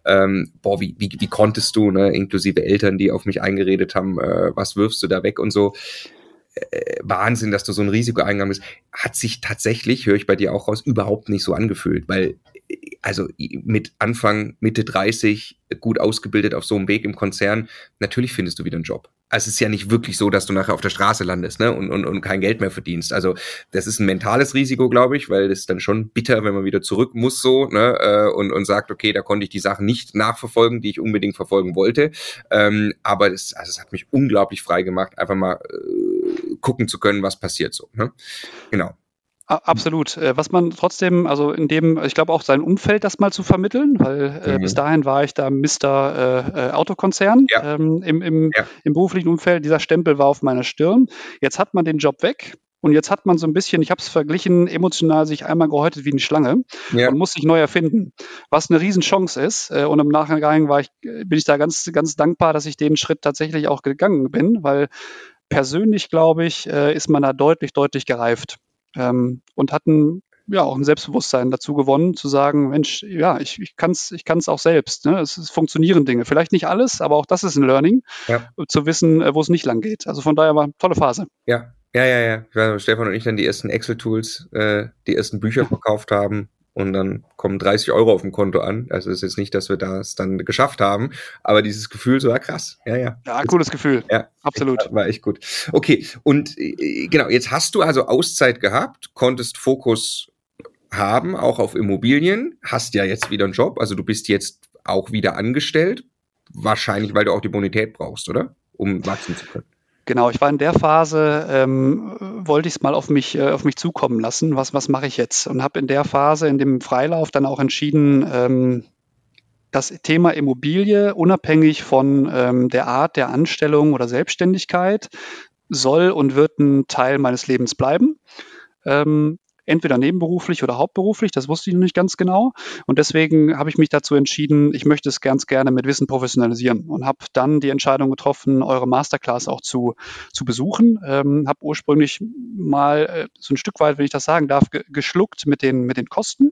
Wie konntest du, ne, inklusive Eltern, die auf mich eingeredet haben, was wirfst du da weg und so. Wahnsinn, dass du so ein Risiko eingegangen bist, hat sich tatsächlich, höre ich bei dir auch raus, überhaupt nicht so angefühlt, weil also mit Anfang, Mitte 30, gut ausgebildet auf so einem Weg im Konzern, natürlich findest du wieder einen Job. Also es ist ja nicht wirklich so, dass du nachher auf der Straße landest, ne, und kein Geld mehr verdienst. Also das ist ein mentales Risiko, glaube ich, weil das ist dann schon bitter, wenn man wieder zurück muss so, ne, und sagt, okay, da konnte ich die Sachen nicht nachverfolgen, die ich unbedingt verfolgen wollte. Aber es hat mich unglaublich frei gemacht, einfach mal gucken zu können, was passiert so, ne? Genau.
Absolut. Was man trotzdem, also ich glaube auch sein Umfeld das mal zu vermitteln, weil bis dahin war ich da Mr. Autokonzern im beruflichen Umfeld. Dieser Stempel war auf meiner Stirn. Jetzt hat man den Job weg Und jetzt hat man so ein bisschen, ich habe es verglichen, emotional sich einmal gehäutet wie eine Schlange und muss sich neu erfinden, was eine Riesenchance ist. Und im Nachgang bin ich da ganz, ganz dankbar, dass ich den Schritt tatsächlich auch gegangen bin, weil persönlich, glaube ich, ist man da deutlich, deutlich gereift und hat auch ein Selbstbewusstsein dazu gewonnen, zu sagen, Mensch, ja, ich kann's auch selbst. Ne? Es funktionieren Dinge. Vielleicht nicht alles, aber auch das ist ein Learning, zu wissen, wo es nicht lang geht. Also von daher war eine tolle Phase.
Ja. Weil Stefan und ich dann die ersten Excel-Tools, die ersten Bücher verkauft haben und dann kommen 30 € auf dem Konto an. Also es ist jetzt nicht, dass wir das dann geschafft haben, aber dieses Gefühl so, krass. Ja,
cooles Gefühl.
Ja,
absolut.
War echt gut. Okay, und genau, jetzt hast du also Auszeit gehabt, konntest Fokus haben, auch auf Immobilien, hast ja jetzt wieder einen Job, also du bist jetzt auch wieder angestellt, wahrscheinlich, weil du auch die Bonität brauchst, oder? Um wachsen zu können.
Genau, ich war in der Phase, wollte ich es mal auf mich zukommen lassen, was mache ich jetzt? Und habe in der Phase, in dem Freilauf dann auch entschieden, das Thema Immobilie, unabhängig von der Art der Anstellung oder Selbstständigkeit, soll und wird ein Teil meines Lebens bleiben. Entweder nebenberuflich oder hauptberuflich, das wusste ich noch nicht ganz genau. Und deswegen habe ich mich dazu entschieden, ich möchte es ganz gerne mit Wissen professionalisieren und habe dann die Entscheidung getroffen, eure Masterclass auch zu besuchen. Habe ursprünglich mal so ein Stück weit, wenn ich das sagen darf, geschluckt mit den Kosten,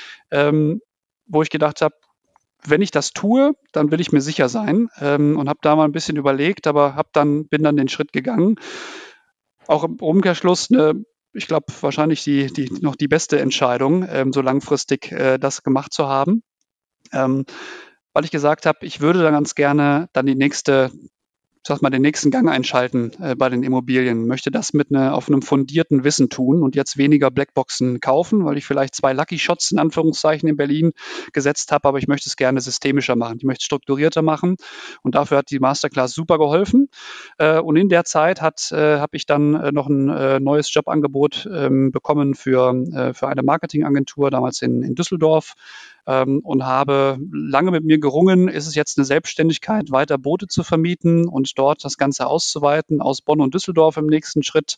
wo ich gedacht habe, wenn ich das tue, dann will ich mir sicher sein und habe da mal ein bisschen überlegt, aber bin dann den Schritt gegangen. Auch im Umkehrschluss ich glaube, wahrscheinlich die beste Entscheidung, so langfristig das gemacht zu haben, weil ich gesagt habe, ich würde dann ganz gerne dann den nächsten Gang einschalten bei den Immobilien. Möchte das auf einem fundierten Wissen tun und jetzt weniger Blackboxen kaufen, weil ich vielleicht 2 Lucky Shots in Anführungszeichen in Berlin gesetzt habe, aber ich möchte es gerne systemischer machen. Ich möchte es strukturierter machen und dafür hat die Masterclass super geholfen. Und in der Zeit habe ich dann noch ein neues Jobangebot bekommen für eine Marketingagentur, damals in Düsseldorf. Und habe lange mit mir gerungen, ist es jetzt eine Selbstständigkeit, weiter Boote zu vermieten und dort das Ganze auszuweiten aus Bonn und Düsseldorf im nächsten Schritt.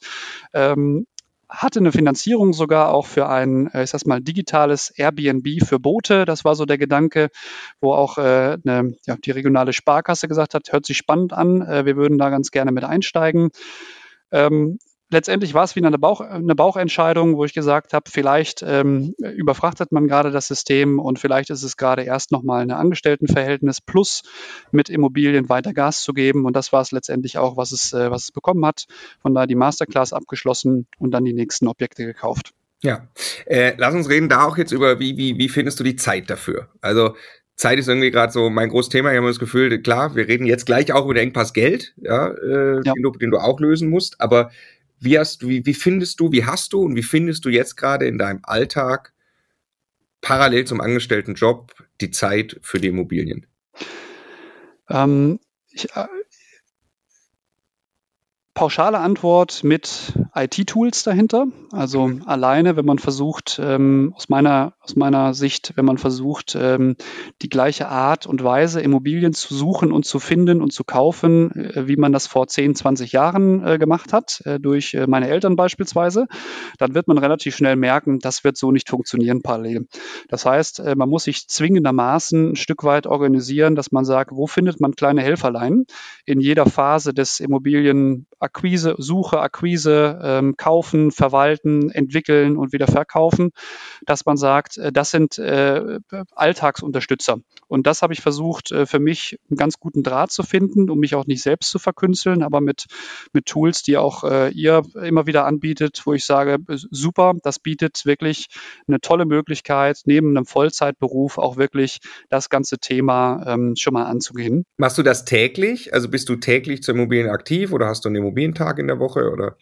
Hatte eine Finanzierung sogar auch für ein, digitales Airbnb für Boote. Das war so der Gedanke, wo auch die regionale Sparkasse gesagt hat, hört sich spannend an, wir würden da ganz gerne mit einsteigen. Letztendlich war es wieder eine Bauchentscheidung, wo ich gesagt habe, vielleicht überfrachtet man gerade das System und vielleicht ist es gerade erst nochmal ein Angestelltenverhältnis plus mit Immobilien weiter Gas zu geben. Und das war es letztendlich auch, was es bekommen hat. Von daher die Masterclass abgeschlossen und dann die nächsten Objekte gekauft.
Ja, lass uns reden da auch jetzt über, wie findest du die Zeit dafür? Also Zeit ist irgendwie gerade so mein großes Thema. Ich habe das Gefühl, klar, wir reden jetzt gleich auch über den Engpass Geld, den du auch lösen musst, aber wie hast du und wie findest du jetzt gerade in deinem Alltag parallel zum Angestelltenjob die Zeit für die Immobilien?
Pauschale Antwort mit IT-Tools dahinter. Also alleine, wenn man versucht, aus meiner Sicht, wenn man versucht, die gleiche Art und Weise Immobilien zu suchen und zu finden und zu kaufen, wie man das vor 10, 20 Jahren gemacht hat, durch meine Eltern beispielsweise, dann wird man relativ schnell merken, das wird so nicht funktionieren parallel. Das heißt, man muss sich zwingendermaßen ein Stück weit organisieren, dass man sagt, wo findet man kleine Helferlein in jeder Phase des Immobilienakquise, kaufen, verwalten, entwickeln und wieder verkaufen, dass man sagt, das sind Alltagsunterstützer. Und das habe ich versucht, für mich einen ganz guten Draht zu finden, um mich auch nicht selbst zu verkünsteln, aber mit Tools, die auch ihr immer wieder anbietet, wo ich sage, super, das bietet wirklich eine tolle Möglichkeit, neben einem Vollzeitberuf auch wirklich das ganze Thema schon mal anzugehen.
Machst du das täglich? Also bist du täglich zu Immobilien aktiv oder hast du einen Immobilientag in der Woche? Oder?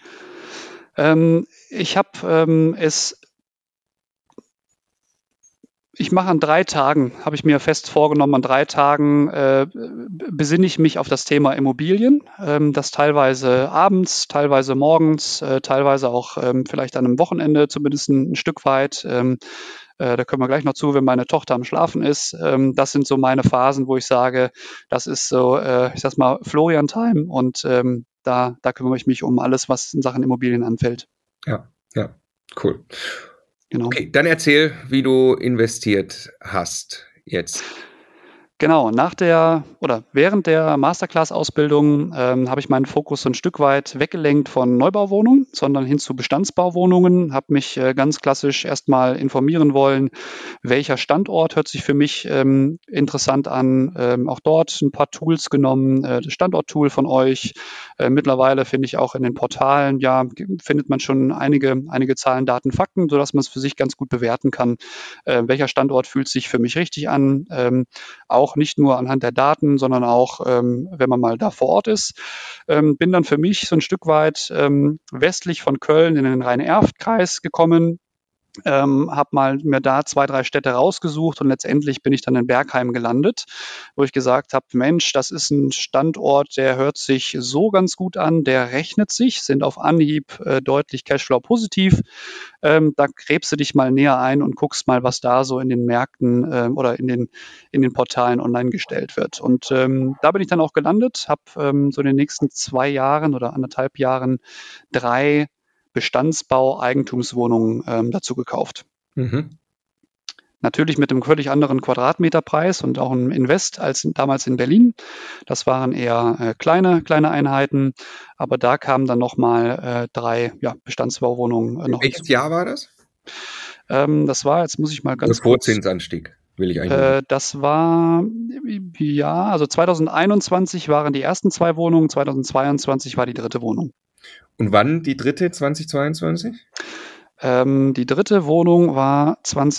Ich mache an 3 Tagen, habe ich mir fest vorgenommen, an 3 Tagen besinne ich mich auf das Thema Immobilien, das teilweise abends, teilweise morgens, teilweise auch vielleicht an einem Wochenende zumindest ein Stück weit. Da können wir gleich noch zu, wenn meine Tochter am Schlafen ist. Das sind so meine Phasen, wo ich sage, das ist so, Florian-Time und da kümmere ich mich um alles, was in Sachen Immobilien anfällt.
Ja, ja, cool.
Genau.
Okay, dann erzähl, wie du investiert hast jetzt.
Genau, während der Masterclass-Ausbildung habe ich meinen Fokus so ein Stück weit weggelenkt von Neubauwohnungen, sondern hin zu Bestandsbauwohnungen, habe mich ganz klassisch erstmal informieren wollen, welcher Standort hört sich für mich interessant an. Auch dort ein paar Tools genommen, das Standort-Tool von euch. Mittlerweile finde ich auch in den Portalen, ja, findet man schon einige Zahlen, Daten, Fakten, sodass man es für sich ganz gut bewerten kann, welcher Standort fühlt sich für mich richtig an. Auch nicht nur anhand der Daten, sondern auch, wenn man mal da vor Ort ist. Bin dann für mich so ein Stück weit westlich von Köln in den Rhein-Erft-Kreis gekommen, habe mal mir da 2, 3 Städte rausgesucht und letztendlich bin ich dann in Bergheim gelandet, wo ich gesagt habe, Mensch, das ist ein Standort, der hört sich so ganz gut an, der rechnet sich, sind auf Anhieb deutlich Cashflow positiv. Da gräbst du dich mal näher ein und guckst mal, was da so in den Märkten oder in den Portalen online gestellt wird. Und da bin ich dann auch gelandet, habe so in den nächsten 2 Jahren oder 1,5 Jahren 3 Bestandsbau-Eigentumswohnungen dazu gekauft.
Mhm.
Natürlich mit einem völlig anderen Quadratmeterpreis und auch einem Invest als damals in Berlin. Das waren eher kleine Einheiten, aber da kamen dann nochmal 3 Bestandsbauwohnungen noch
Welches
hinzu.
Jahr war das?
Das war, jetzt muss ich mal ganz
kurz... Vorzinsanstieg, will ich eigentlich.
Das war, ja, also 2021 waren die ersten 2 Wohnungen, 2022 war die 3. Wohnung.
Und wann die 3. 2022?
Die 3. Wohnung war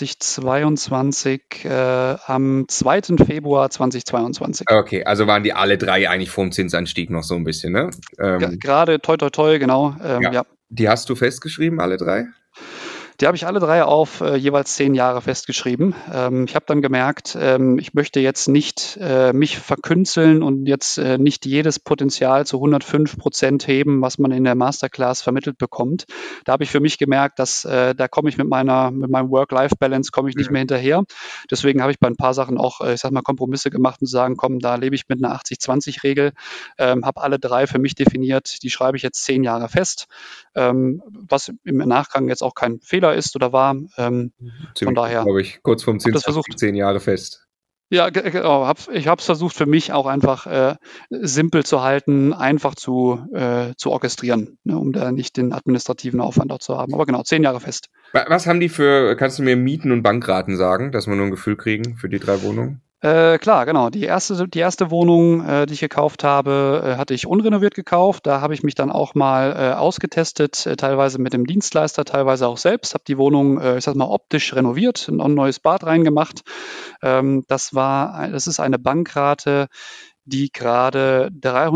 2022, am 2. Februar 2022.
Okay, also waren die alle 3 eigentlich vorm Zinsanstieg noch so ein bisschen, ne?
Gerade toi, genau. Ja.
Die hast du festgeschrieben, alle 3?
Die habe ich alle 3 auf jeweils 10 Jahre festgeschrieben. Ich habe dann gemerkt, ich möchte jetzt nicht mich verkünzeln und jetzt nicht jedes Potenzial zu 105% heben, was man in der Masterclass vermittelt bekommt. Da habe ich für mich gemerkt, dass da komme ich mit meinem Work-Life-Balance komme ich nicht mehr hinterher. Deswegen habe ich bei ein paar Sachen auch, Kompromisse gemacht und sagen, komm, da lebe ich mit einer 80-20-Regel, habe alle 3 für mich definiert, die schreibe ich jetzt 10 Jahre fest, was im Nachgang jetzt auch kein Fehler ist oder war. Von daher,
glaube ich, kurz vorm Zinsanstieg 10 Jahre fest.
Ja, genau. Ich habe es versucht, für mich auch einfach simpel zu halten, einfach zu orchestrieren, ne, um da nicht den administrativen Aufwand auch zu haben. Aber genau, 10 Jahre fest.
Was haben die kannst du mir Mieten und Bankraten sagen, dass wir nur ein Gefühl kriegen für die 3 Wohnungen?
Klar, genau. Die erste Wohnung, die ich gekauft habe, hatte ich unrenoviert gekauft. Da habe ich mich dann auch mal ausgetestet, teilweise mit dem Dienstleister, teilweise auch selbst. Habe die Wohnung, optisch renoviert, ein neues Bad reingemacht. Das ist eine Bankrate, die gerade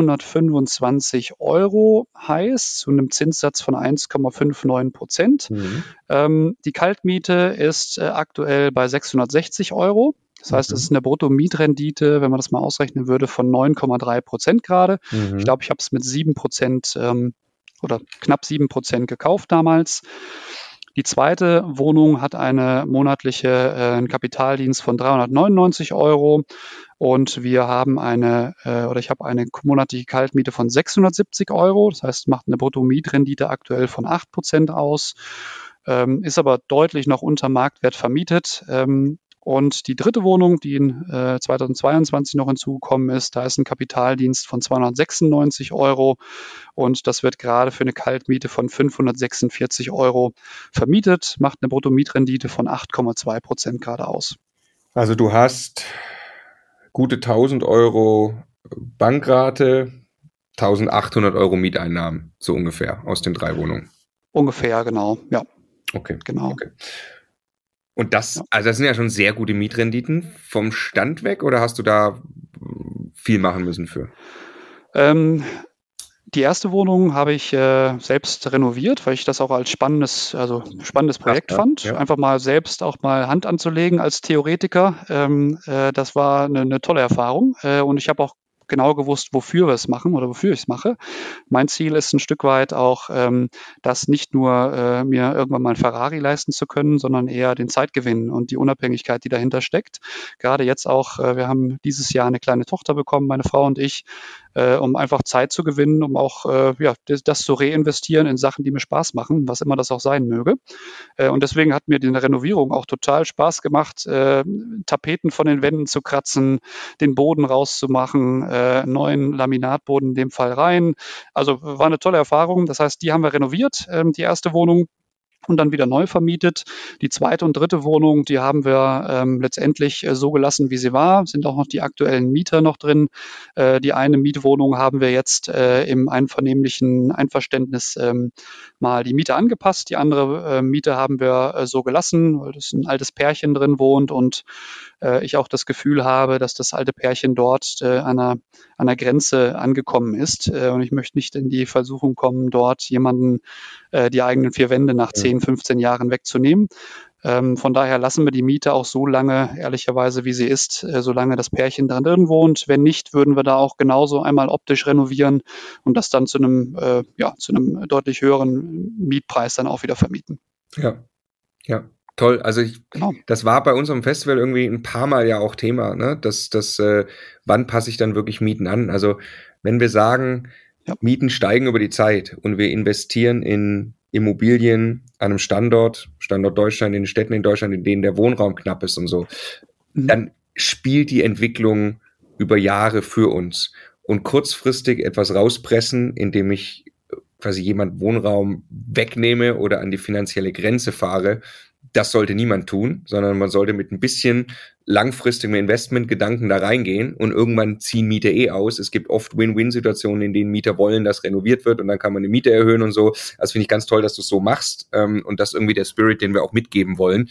325 € heißt, zu einem Zinssatz von 1,59%. Die Kaltmiete ist aktuell bei 660 €. Das heißt, es ist eine Brutto-Mietrendite, wenn man das mal ausrechnen würde, von 9,3% gerade. Ich glaube, ich habe es mit 7% oder knapp 7% gekauft damals. Die zweite Wohnung hat einen monatlichen Kapitaldienst von 399 € und ich habe eine monatliche Kaltmiete von 670 €. Das heißt, macht eine Brutto-Mietrendite aktuell von 8% aus, ist aber deutlich noch unter Marktwert vermietet. Und die dritte Wohnung, die in 2022 noch hinzugekommen ist, da ist ein Kapitaldienst von 296 € und das wird gerade für eine Kaltmiete von 546 € vermietet, macht eine Bruttomietrendite von 8,2% gerade aus.
Also du hast gute 1.000 € Bankrate, 1.800 € Mieteinnahmen, so ungefähr, aus den 3 Wohnungen.
Ungefähr, genau, ja.
Okay,
genau.
Okay. Und das sind ja schon sehr gute Mietrenditen vom Stand weg, oder hast du da viel machen müssen für?
Die erste Wohnung habe ich selbst renoviert, weil ich das auch als spannendes Projekt fand. Ja. Einfach mal selbst auch mal Hand anzulegen als Theoretiker. Das war eine tolle Erfahrung. Und ich habe auch genau gewusst, wofür wir es machen oder wofür ich es mache. Mein Ziel ist ein Stück weit auch, das nicht nur mir irgendwann mal ein Ferrari leisten zu können, sondern eher den Zeitgewinn und die Unabhängigkeit, die dahinter steckt. Gerade jetzt auch, wir haben dieses Jahr eine kleine Tochter bekommen, meine Frau und ich, um einfach Zeit zu gewinnen, um auch das zu reinvestieren in Sachen, die mir Spaß machen, was immer das auch sein möge. Und deswegen hat mir die Renovierung auch total Spaß gemacht, Tapeten von den Wänden zu kratzen, den Boden rauszumachen, neuen Laminatboden in dem Fall rein. Also war eine tolle Erfahrung. Das heißt, die haben wir renoviert, die erste Wohnung. Und dann wieder neu vermietet. Die zweite und dritte Wohnung, die haben wir letztendlich so gelassen, wie sie war. Sind auch noch die aktuellen Mieter noch drin. Die eine Mietwohnung haben wir jetzt im einvernehmlichen Einverständnis mal die Miete angepasst. Die andere Miete haben wir so gelassen, weil das ein altes Pärchen drin wohnt und ich auch das Gefühl habe, dass das alte Pärchen dort an einer Grenze angekommen ist. Und ich möchte nicht in die Versuchung kommen, dort jemanden die eigenen vier Wände nach 10, 15 Jahren wegzunehmen. Von daher lassen wir die Miete auch so lange, ehrlicherweise, wie sie ist, solange das Pärchen drin wohnt. Wenn nicht, würden wir da auch genauso einmal optisch renovieren und das dann zu einem deutlich höheren Mietpreis dann auch wieder vermieten.
Ja, ja. Toll, also das war bei unserem Festival irgendwie ein paar Mal ja auch Thema, ne? Wann passe ich dann wirklich Mieten an? Also wenn wir sagen, Mieten steigen über die Zeit und wir investieren in Immobilien an einem Standort Deutschland, in den Städten in Deutschland, in denen der Wohnraum knapp ist und so, dann spielt die Entwicklung über Jahre für uns. Und kurzfristig etwas rauspressen, indem ich quasi jemand Wohnraum wegnehme oder an die finanzielle Grenze fahre, das sollte niemand tun, sondern man sollte mit ein bisschen langfristigem Investmentgedanken da reingehen und irgendwann ziehen Mieter aus. Es gibt oft Win-Win-Situationen, in denen Mieter wollen, dass renoviert wird und dann kann man die Miete erhöhen und so. Das finde ich ganz toll, dass du es so machst und das ist irgendwie der Spirit, den wir auch mitgeben wollen.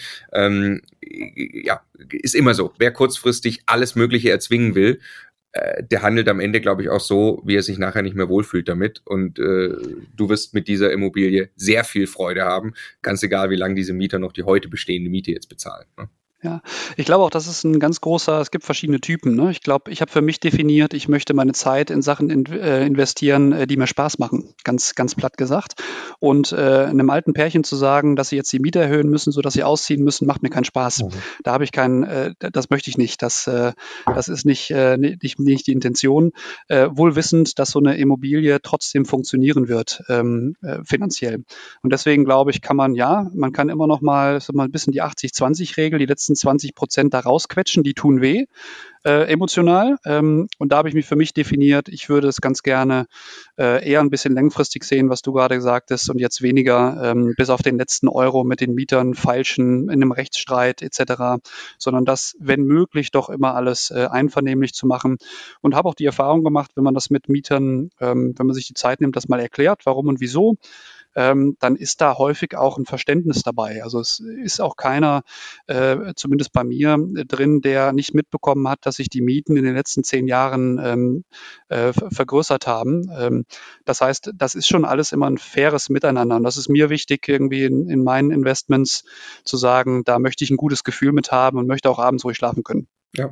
Ist immer so. Wer kurzfristig alles Mögliche erzwingen will, der handelt am Ende, glaube ich, auch so, wie er sich nachher nicht mehr wohlfühlt damit. Und du wirst mit dieser Immobilie sehr viel Freude haben, ganz egal, wie lange diese Mieter noch die heute bestehende Miete jetzt bezahlen. Ne?
Ja, ich glaube auch, das ist ein ganz großer, es gibt verschiedene Typen. Ne? Ich glaube, ich habe für mich definiert, ich möchte meine Zeit in Sachen investieren, die mir Spaß machen, ganz, ganz platt gesagt. Und einem alten Pärchen zu sagen, dass sie jetzt die Miete erhöhen müssen, sodass sie ausziehen müssen, macht mir keinen Spaß. Da habe ich das möchte ich nicht. Das ist nicht die Intention. Wohl wissend, dass so eine Immobilie trotzdem funktionieren wird, finanziell. Und deswegen glaube ich, man kann immer noch mal ein bisschen die 80-20-Regel, die letzten 20% da rausquetschen, die tun weh, emotional. Und da habe ich mich für mich definiert, ich würde es ganz gerne eher ein bisschen langfristig sehen, was du gerade gesagt hast, und jetzt weniger bis auf den letzten Euro mit den Mietern feilschen in einem Rechtsstreit etc., sondern das, wenn möglich, doch immer alles einvernehmlich zu machen. Und habe auch die Erfahrung gemacht, wenn man das mit Mietern, wenn man sich die Zeit nimmt, das mal erklärt, warum und wieso, dann ist da häufig auch ein Verständnis dabei. Also es ist auch keiner, zumindest bei mir, drin, der nicht mitbekommen hat, dass sich die Mieten in den letzten 10 Jahren vergrößert haben. Das heißt, das ist schon alles immer ein faires Miteinander. Und das ist mir wichtig, irgendwie in meinen Investments zu sagen, da möchte ich ein gutes Gefühl mit haben und möchte auch abends ruhig schlafen können.
Ja.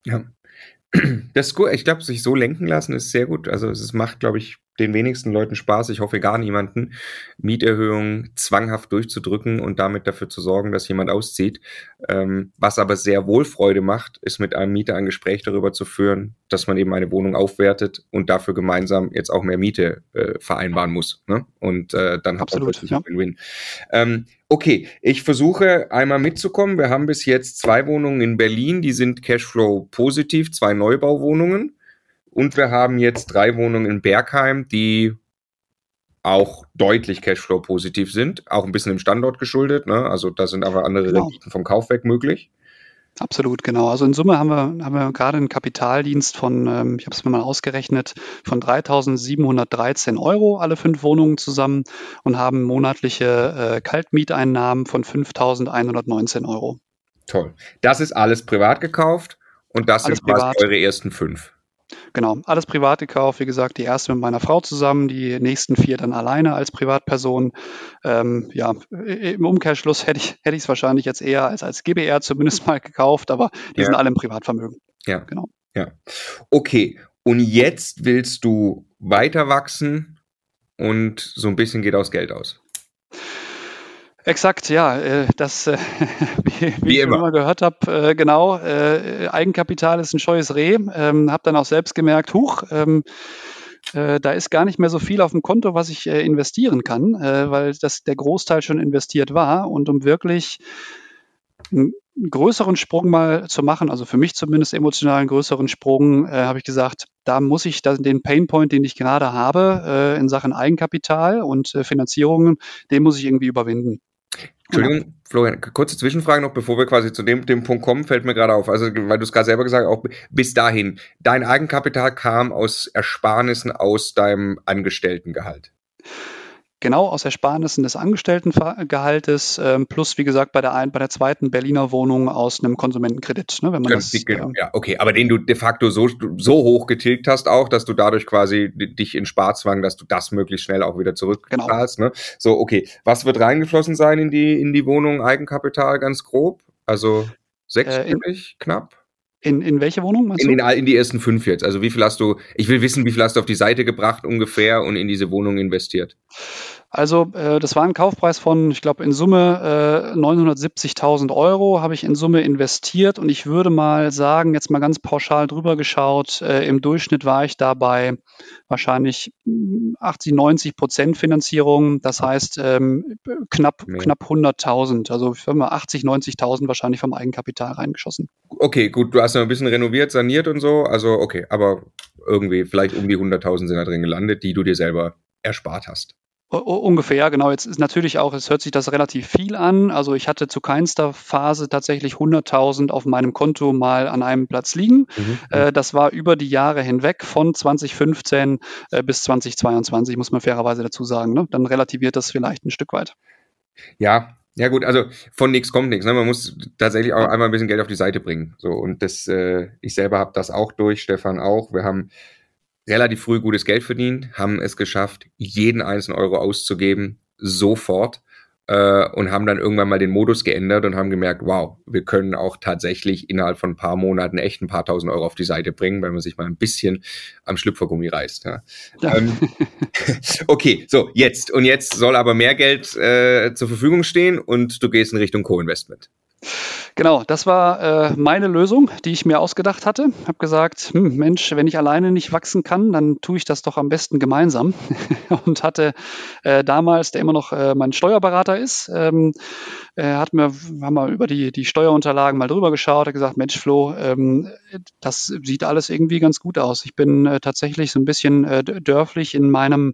Das ist gut. Ich glaube, sich so lenken lassen ist sehr gut. Also es macht, glaube ich, den wenigsten Leuten Spaß, ich hoffe gar niemanden, Mieterhöhungen zwanghaft durchzudrücken und damit dafür zu sorgen, dass jemand auszieht. Was aber sehr wohl Freude macht, ist mit einem Mieter ein Gespräch darüber zu führen, dass man eben eine Wohnung aufwertet und dafür gemeinsam jetzt auch mehr Miete vereinbaren muss. Ne? Und dann hat man plötzlich einen Win-Win. Okay, ich versuche einmal mitzukommen. Wir haben bis jetzt 2 Wohnungen in Berlin, die sind Cashflow positiv, 2 Neubauwohnungen. Und wir haben jetzt 3 Wohnungen in Bergheim, die auch deutlich Cashflow-positiv sind, auch ein bisschen im Standort geschuldet. Ne? Also da sind aber andere Renditen vom Kaufwerk möglich.
Absolut, genau. Also in Summe haben wir gerade einen Kapitaldienst von, ich habe es mir mal ausgerechnet, von 3.713 € alle 5 Wohnungen zusammen und haben monatliche Kaltmieteinnahmen von 5.119 €.
Toll. Das ist alles privat gekauft und das sind quasi eure ersten 5.
Genau, alles privat gekauft. Wie gesagt, die erste mit meiner Frau zusammen, die nächsten 4 dann alleine als Privatperson. Im Umkehrschluss hätte ich es wahrscheinlich jetzt eher als GbR zumindest mal gekauft, aber die sind alle im Privatvermögen.
Ja, genau. Ja. Okay. Und jetzt willst du weiter wachsen und so ein bisschen geht aufs Geld aus.
Exakt, ja, das, wie ich schon immer gehört habe, genau, Eigenkapital ist ein scheues Reh. Habe dann auch selbst gemerkt, da ist gar nicht mehr so viel auf dem Konto, was ich investieren kann, weil der Großteil schon investiert war. Und um wirklich einen größeren Sprung mal zu machen, also für mich zumindest emotional einen größeren Sprung, habe ich gesagt, da muss ich den Painpoint, den ich gerade habe, in Sachen Eigenkapital und Finanzierungen, den muss ich irgendwie überwinden.
Entschuldigung, Florian, kurze Zwischenfrage noch, bevor wir quasi zu dem Punkt kommen, fällt mir gerade auf. Also, weil du es gerade selber gesagt hast, auch bis dahin, dein Eigenkapital kam aus Ersparnissen aus deinem Angestelltengehalt.
Genau, aus Ersparnissen des Angestelltengehaltes, plus, wie gesagt, bei der zweiten Berliner Wohnung aus einem Konsumentenkredit. Ne, wenn man
genau, ja, okay, aber den du de facto so hoch getilgt hast auch, dass du dadurch quasi dich in Sparzwang, dass du das möglichst schnell auch wieder zurückzahlst. Genau. Ne? So, okay, was wird reingeflossen sein in die Wohnung Eigenkapital, ganz grob? Also sechsstellig, knapp?
In welche Wohnung meinst du?
In die ersten 5 jetzt. Also ich will wissen, wie viel hast du auf die Seite gebracht ungefähr und in diese Wohnung investiert?
Also das war ein Kaufpreis von, ich glaube, in Summe 970.000 € habe ich in Summe investiert und ich würde mal sagen, jetzt mal ganz pauschal drüber geschaut, im Durchschnitt war ich dabei wahrscheinlich 80-90% Finanzierung, das heißt knapp 100.000, also 80-90.000 wahrscheinlich vom Eigenkapital reingeschossen.
Okay, gut, du hast noch ein bisschen renoviert, saniert und so, also okay, aber irgendwie vielleicht um die 100.000 sind da drin gelandet, die du dir selber erspart hast.
Ungefähr, genau. Jetzt ist natürlich auch, es hört sich das relativ viel an. Also ich hatte zu keinster Phase tatsächlich 100.000 auf meinem Konto mal an einem Platz liegen. Das war über die Jahre hinweg von 2015 bis 2022, muss man fairerweise dazu sagen. Ne? Dann relativiert das vielleicht ein Stück weit.
Ja gut, also von nichts kommt nichts. Ne? Man muss tatsächlich auch einmal ein bisschen Geld auf die Seite bringen. So, und ich selber habe das auch durch, Stefan auch. Wir haben relativ früh gutes Geld verdient, haben es geschafft, jeden einzelnen Euro auszugeben, sofort, und haben dann irgendwann mal den Modus geändert und haben gemerkt, wow, wir können auch tatsächlich innerhalb von ein paar Monaten echt ein paar tausend Euro auf die Seite bringen, wenn man sich mal ein bisschen am Schlüpfergummi reißt. Ja. Okay, so, jetzt soll aber mehr Geld zur Verfügung stehen und du gehst in Richtung Co-Investment.
Genau, das war meine Lösung, die ich mir ausgedacht hatte. Habe gesagt, Mensch, wenn ich alleine nicht wachsen kann, dann tue ich das doch am besten gemeinsam. Und hatte damals, der immer noch mein Steuerberater ist, haben wir über die Steuerunterlagen mal drüber geschaut, hat gesagt, Mensch Flo, das sieht alles irgendwie ganz gut aus. Ich bin tatsächlich so ein bisschen dörflich in meinem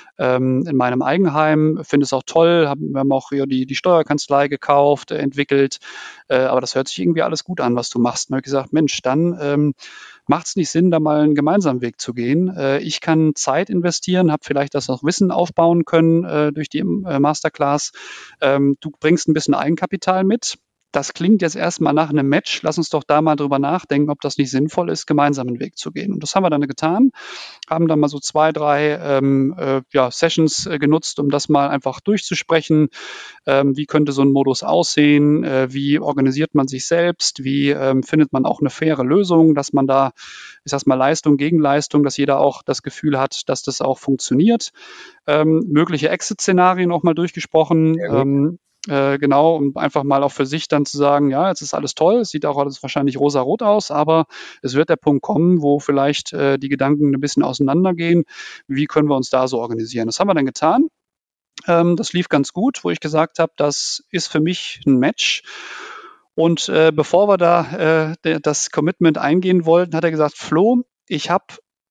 Eigenheim, finde es auch toll, wir haben auch hier die Steuerkanzlei gekauft, entwickelt, aber das hört sich irgendwie alles gut an, was du machst. Und habe gesagt, Mensch, dann macht es nicht Sinn, da mal einen gemeinsamen Weg zu gehen. Ich kann Zeit investieren, habe vielleicht das noch Wissen aufbauen können durch die Masterclass. Du bringst ein bisschen Eigenkapital mit. Das klingt jetzt erstmal nach einem Match. Lass uns doch da mal drüber nachdenken, ob das nicht sinnvoll ist, gemeinsam einen Weg zu gehen. Und das haben wir dann getan, haben dann mal so 2, 3 Sessions genutzt, um das mal einfach durchzusprechen. Wie könnte so ein Modus aussehen? Wie organisiert man sich selbst? Wie findet man auch eine faire Lösung, dass man da, ich sag mal, Leistung gegen Leistung, dass jeder auch das Gefühl hat, dass das auch funktioniert. Mögliche Exit-Szenarien auch mal durchgesprochen. Genau, um einfach mal auch für sich dann zu sagen, ja, jetzt ist alles toll, es sieht auch alles wahrscheinlich rosa-rot aus, aber es wird der Punkt kommen, wo vielleicht die Gedanken ein bisschen auseinandergehen. Wie können wir uns da so organisieren? Das haben wir dann getan. Das lief ganz gut, wo ich gesagt habe, das ist für mich ein Match. Und bevor wir da das Commitment eingehen wollten, hat er gesagt, Flo, ich habe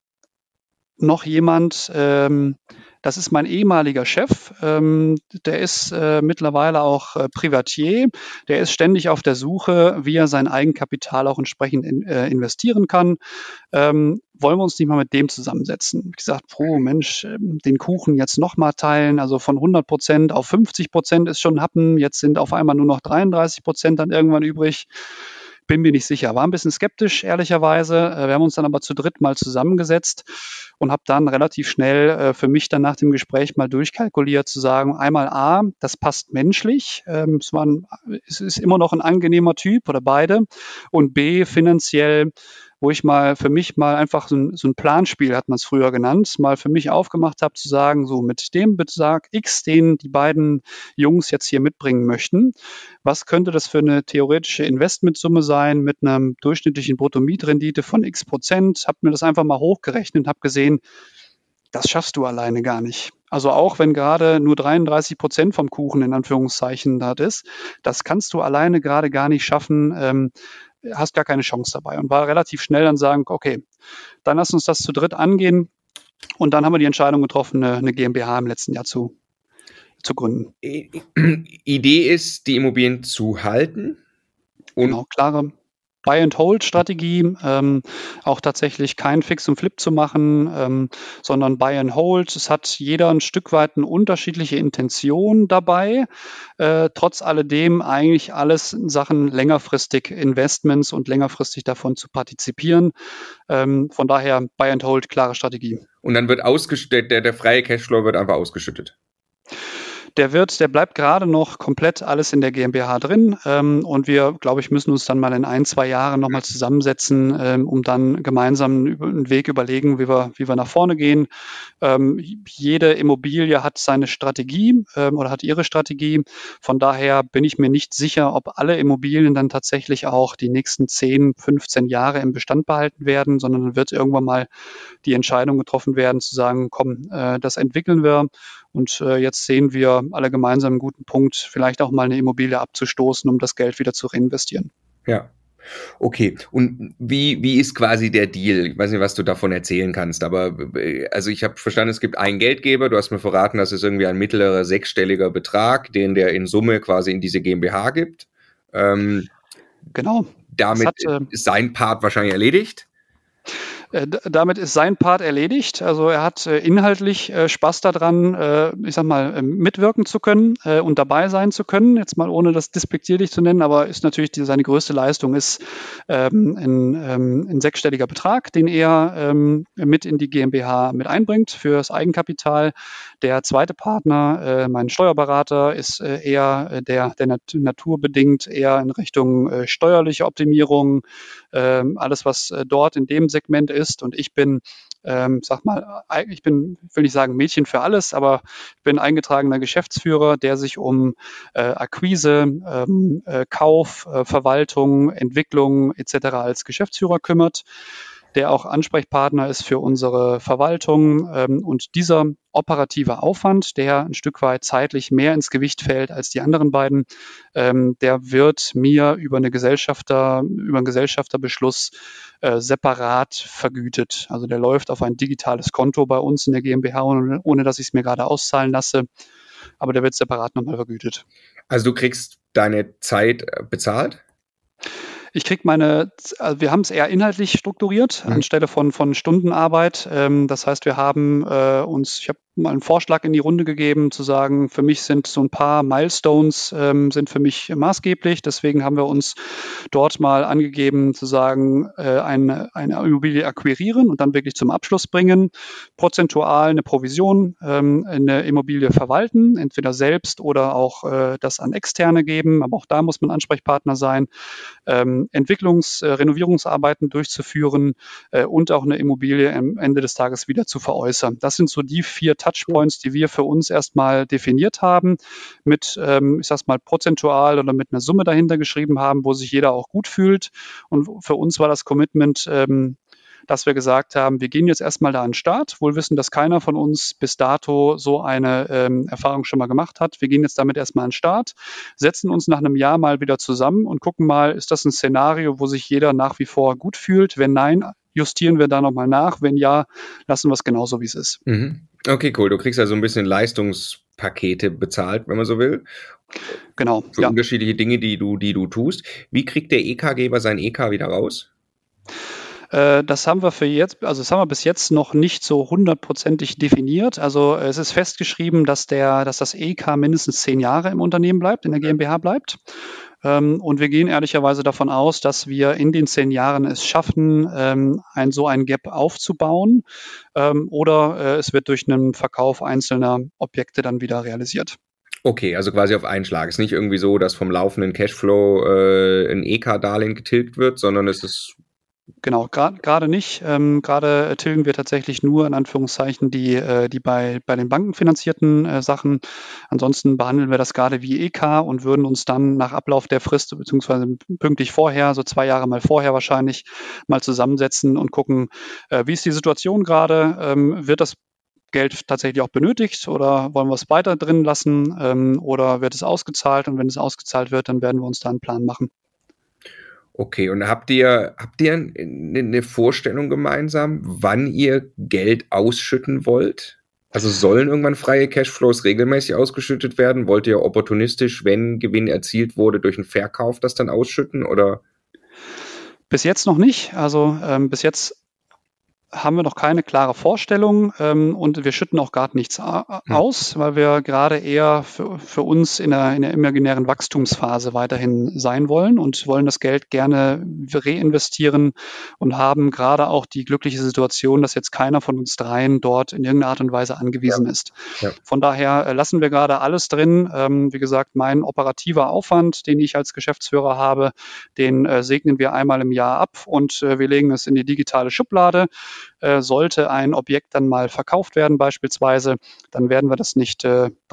noch jemand, das ist mein ehemaliger Chef, der ist mittlerweile auch Privatier, der ist ständig auf der Suche, wie er sein Eigenkapital auch entsprechend investieren kann. Wollen wir uns nicht mal mit dem zusammensetzen? Ich gesagt, Mensch, den Kuchen jetzt nochmal teilen, also von 100% auf 50% ist schon Happen, jetzt sind auf einmal nur noch 33% dann irgendwann übrig. Bin mir nicht sicher. War ein bisschen skeptisch, ehrlicherweise. Wir haben uns dann aber zu dritt mal zusammengesetzt und habe dann relativ schnell für mich dann nach dem Gespräch mal durchkalkuliert, zu sagen, einmal A, das passt menschlich, es ist immer noch ein angenehmer Typ oder beide, und B, finanziell wo ich mal für mich mal einfach so ein Planspiel, hat man es früher genannt, mal für mich aufgemacht habe, zu sagen, so mit dem Betrag X, den die beiden Jungs jetzt hier mitbringen möchten, was könnte das für eine theoretische Investmentsumme sein mit einer durchschnittlichen Bruttomietrendite von X%, habe mir das einfach mal hochgerechnet und habe gesehen, das schaffst du alleine gar nicht. Also auch wenn gerade nur 33% vom Kuchen in Anführungszeichen da ist, das kannst du alleine gerade gar nicht schaffen, hast gar keine Chance dabei. Und war relativ schnell dann sagen, okay, dann lass uns das zu dritt angehen. Und dann haben wir die Entscheidung getroffen, eine GmbH im letzten Jahr zu gründen.
Idee ist, die Immobilien zu halten.
Und genau, klare Buy-and-Hold-Strategie, auch tatsächlich kein Fix und Flip zu machen, sondern Buy-and-Hold. Es hat jeder ein Stück weit eine unterschiedliche Intention dabei. Trotz alledem eigentlich alles in Sachen längerfristig Investments und längerfristig davon zu partizipieren. Von daher Buy-and-Hold, klare Strategie.
Und dann wird der freie Cashflow wird einfach ausgeschüttet.
Der bleibt gerade noch komplett alles in der GmbH drin und wir, glaube ich, müssen uns dann mal in 1-2 Jahren nochmal zusammensetzen, um dann gemeinsam einen Weg überlegen, wie wir nach vorne gehen. Jede Immobilie hat seine Strategie oder hat ihre Strategie. Von daher bin ich mir nicht sicher, ob alle Immobilien dann tatsächlich auch die nächsten 10, 15 Jahre im Bestand behalten werden, sondern dann wird irgendwann mal die Entscheidung getroffen werden, zu sagen, komm, das entwickeln wir. Und jetzt sehen wir alle gemeinsam einen guten Punkt, vielleicht auch mal eine Immobilie abzustoßen, um das Geld wieder zu reinvestieren.
Ja, okay. Und wie ist quasi der Deal? Ich weiß nicht, was du davon erzählen kannst, aber also ich habe verstanden, es gibt einen Geldgeber. Du hast mir verraten, dass es irgendwie ein mittlerer sechsstelliger Betrag, den der in Summe quasi in diese GmbH gibt.
Genau.
Damit ist sein Part wahrscheinlich erledigt.
Damit ist sein Part erledigt. Also er hat inhaltlich Spaß daran, ich sag mal, mitwirken zu können und dabei sein zu können. Jetzt mal ohne das despektierlich zu nennen, aber ist natürlich seine größte Leistung ist ein sechsstelliger Betrag, den er mit in die GmbH mit einbringt für das Eigenkapital. Der zweite Partner, mein Steuerberater, ist eher der naturbedingt eher in Richtung steuerliche Optimierung, alles was dort in dem Segment ist. Und ich bin, will nicht sagen Mädchen für alles, aber ich bin eingetragener Geschäftsführer, der sich um Akquise, Kauf, Verwaltung, Entwicklung etc. als Geschäftsführer kümmert, der auch Ansprechpartner ist für unsere Verwaltung. Und dieser operative Aufwand, der ein Stück weit zeitlich mehr ins Gewicht fällt als die anderen beiden, der wird mir über einen Gesellschafterbeschluss separat vergütet. Also der läuft auf ein digitales Konto bei uns in der GmbH, ohne dass ich es mir gerade auszahlen lasse. Aber der wird separat nochmal vergütet.
Also du kriegst deine Zeit bezahlt?
Ich kriege wir haben es eher inhaltlich strukturiert, anstelle von Stundenarbeit. Das heißt, wir haben ich habe mal einen Vorschlag in die Runde gegeben, zu sagen, für mich sind so ein paar Milestones sind für mich maßgeblich. Deswegen haben wir uns dort mal angegeben, zu sagen, eine Immobilie akquirieren und dann wirklich zum Abschluss bringen, prozentual eine Provision, eine Immobilie verwalten, entweder selbst oder auch das an Externe geben. Aber auch da muss man Ansprechpartner sein. Renovierungsarbeiten durchzuführen und auch eine Immobilie am Ende des Tages wieder zu veräußern. Das sind so die 4 Touchpoints, die wir für uns erstmal definiert haben, mit, ich sag's mal, prozentual oder mit einer Summe dahinter geschrieben haben, wo sich jeder auch gut fühlt. Und für uns war das Commitment, dass wir gesagt haben, wir gehen jetzt erstmal da an den Start, wohl wissen, dass keiner von uns bis dato so eine Erfahrung schon mal gemacht hat. Wir gehen jetzt damit erstmal an den Start, setzen uns nach einem Jahr mal wieder zusammen und gucken mal, ist das ein Szenario, wo sich jeder nach wie vor gut fühlt? Wenn nein, justieren wir da nochmal nach. Wenn ja, lassen wir es genauso, wie es ist.
Okay, cool. Du kriegst also ein bisschen Leistungspakete bezahlt, wenn man so will.
Genau.
Für unterschiedliche Dinge, die du tust. Wie kriegt der EK-Geber sein EK wieder raus?
Das haben wir bis jetzt noch nicht so hundertprozentig definiert. Also es ist festgeschrieben, dass das EK mindestens 10 Jahre im Unternehmen bleibt, in der GmbH bleibt. Und wir gehen ehrlicherweise davon aus, dass wir in den 10 Jahren es schaffen, so ein Gap aufzubauen, oder es wird durch einen Verkauf einzelner Objekte dann wieder realisiert.
Okay, also quasi auf einen Schlag. Es ist nicht irgendwie so, dass vom laufenden Cashflow ein EK-Darlehen getilgt wird, sondern es ist
Genau, gerade nicht. Gerade tilgen wir tatsächlich nur in Anführungszeichen die bei den Banken finanzierten Sachen. Ansonsten behandeln wir das gerade wie EK und würden uns dann nach Ablauf der Frist beziehungsweise pünktlich vorher, so 2 Jahre mal vorher wahrscheinlich, mal zusammensetzen und gucken, wie ist die Situation gerade? Wird das Geld tatsächlich auch benötigt oder wollen wir es weiter drin lassen oder wird es ausgezahlt? Und wenn es ausgezahlt wird, dann werden wir uns da einen Plan machen.
Okay, und habt ihr eine Vorstellung gemeinsam, wann ihr Geld ausschütten wollt? Also sollen irgendwann freie Cashflows regelmäßig ausgeschüttet werden? Wollt ihr opportunistisch, wenn Gewinn erzielt wurde, durch einen Verkauf das dann ausschütten oder?
Bis jetzt noch nicht. Also bis jetzt haben wir noch keine klare Vorstellung und wir schütten auch gar nichts aus, weil wir gerade eher für uns in der imaginären Wachstumsphase weiterhin sein wollen und wollen das Geld gerne reinvestieren und haben gerade auch die glückliche Situation, dass jetzt keiner von uns dreien dort in irgendeiner Art und Weise angewiesen ist. Ja. Von daher lassen wir gerade alles drin. Wie gesagt, mein operativer Aufwand, den ich als Geschäftsführer habe, den segnen wir einmal im Jahr ab und wir legen es in die digitale Schublade. Sollte ein Objekt dann mal verkauft werden beispielsweise, dann werden wir das nicht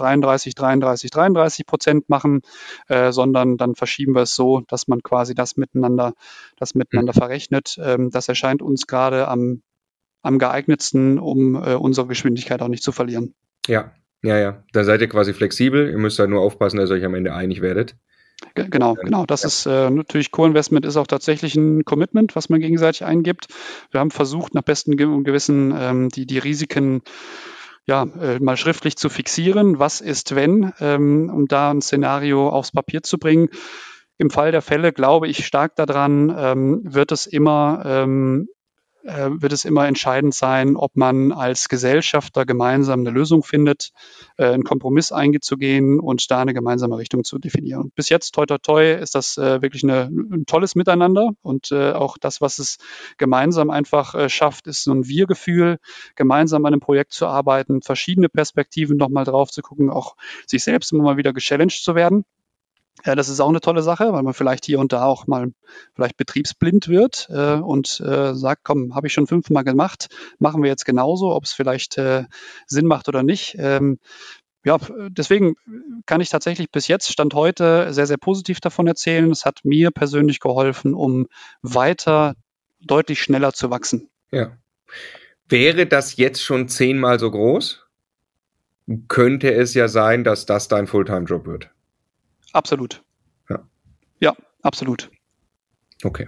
33% machen, sondern dann verschieben wir es so, dass man quasi das miteinander verrechnet. Das erscheint uns gerade am geeignetsten, um unsere Geschwindigkeit auch nicht zu verlieren.
Ja. Da seid ihr quasi flexibel. Ihr müsst halt nur aufpassen, dass ihr euch am Ende einig werdet.
Genau. Das ist natürlich Co-Investment ist auch tatsächlich ein Commitment, was man gegenseitig eingibt. Wir haben versucht, nach bestem Gewissen die Risiken mal schriftlich zu fixieren. Was ist, wenn, um da ein Szenario aufs Papier zu bringen. Im Fall der Fälle glaube ich stark daran, wird es immer entscheidend sein, ob man als Gesellschafter gemeinsam eine Lösung findet, einen Kompromiss einzugehen und da eine gemeinsame Richtung zu definieren. Bis jetzt, toi toi toi, ist das wirklich ein tolles Miteinander und auch das, was es gemeinsam einfach schafft, ist so ein Wir-Gefühl, gemeinsam an einem Projekt zu arbeiten, verschiedene Perspektiven nochmal drauf zu gucken, auch sich selbst immer mal wieder gechallenged zu werden. Ja, das ist auch eine tolle Sache, weil man vielleicht hier und da auch mal vielleicht betriebsblind wird und sagt, komm, habe ich schon 5-mal gemacht, machen wir jetzt genauso, ob es vielleicht Sinn macht oder nicht. Deswegen kann ich tatsächlich bis jetzt, Stand heute, sehr, sehr positiv davon erzählen. Es hat mir persönlich geholfen, um weiter deutlich schneller zu wachsen.
Ja. Wäre das jetzt schon 10-mal so groß? Könnte es ja sein, dass das dein Fulltime-Job wird.
Absolut. Ja, absolut.
Okay.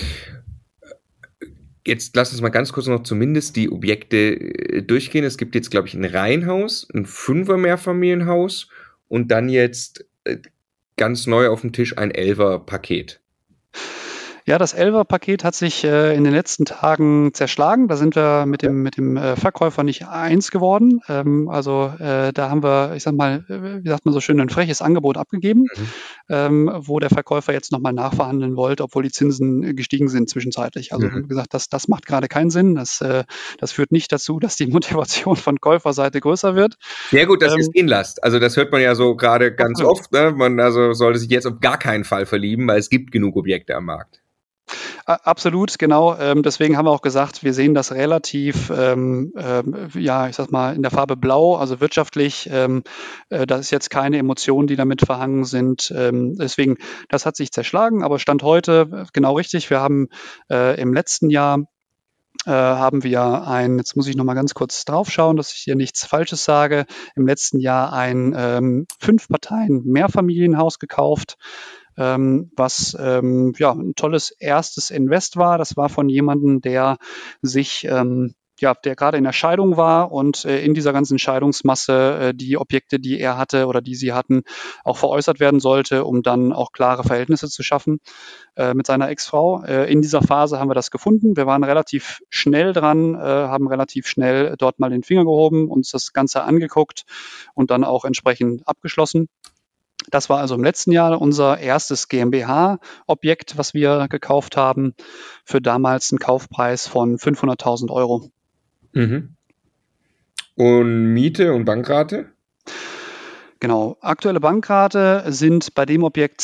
Jetzt lass uns mal ganz kurz noch zumindest die Objekte durchgehen. Es gibt jetzt, glaube ich, ein Reihenhaus, ein 5er-Mehrfamilienhaus und dann jetzt ganz neu auf dem Tisch ein 11er-Paket.
Ja, das 11er-Paket hat sich in den letzten Tagen zerschlagen. Da sind wir mit dem Verkäufer nicht eins geworden. Da haben wir, ich sag mal, wie sagt man so schön, ein freches Angebot abgegeben, wo der Verkäufer jetzt nochmal nachverhandeln wollte, obwohl die Zinsen gestiegen sind zwischenzeitlich. Also wie gesagt, das macht gerade keinen Sinn. Das führt nicht dazu, dass die Motivation von Käuferseite größer wird.
Sehr gut, dass ihr es gehen lasst. Also das hört man ja so gerade ganz oft. Ne? Man sollte sich jetzt auf gar keinen Fall verlieben, weil es gibt genug Objekte am Markt.
Absolut, genau. Deswegen haben wir auch gesagt, wir sehen das relativ, ich sag mal, in der Farbe Blau, also wirtschaftlich. Da ist jetzt keine Emotionen, die damit verhangen sind. Deswegen, das hat sich zerschlagen, aber Stand heute genau richtig. Wir haben im letzten Jahr haben wir jetzt muss ich noch mal ganz kurz drauf schauen, dass ich hier nichts Falsches sage, im letzten Jahr ein 5-Parteien-Mehrfamilienhaus gekauft, was ein tolles erstes Invest war. Das war von jemandem, der sich der gerade in der Scheidung war und in dieser ganzen Scheidungsmasse die Objekte, die er hatte oder die sie hatten, auch veräußert werden sollte, um dann auch klare Verhältnisse zu schaffen mit seiner Ex-Frau. In dieser Phase haben wir das gefunden. Wir waren relativ schnell dran, haben relativ schnell dort mal den Finger gehoben, uns das Ganze angeguckt und dann auch entsprechend abgeschlossen. Das war also im letzten Jahr unser erstes GmbH-Objekt, was wir gekauft haben, für damals einen Kaufpreis von 500.000 €.
Mhm. Und Miete und Bankrate?
Genau. Aktuelle Bankrate sind bei dem Objekt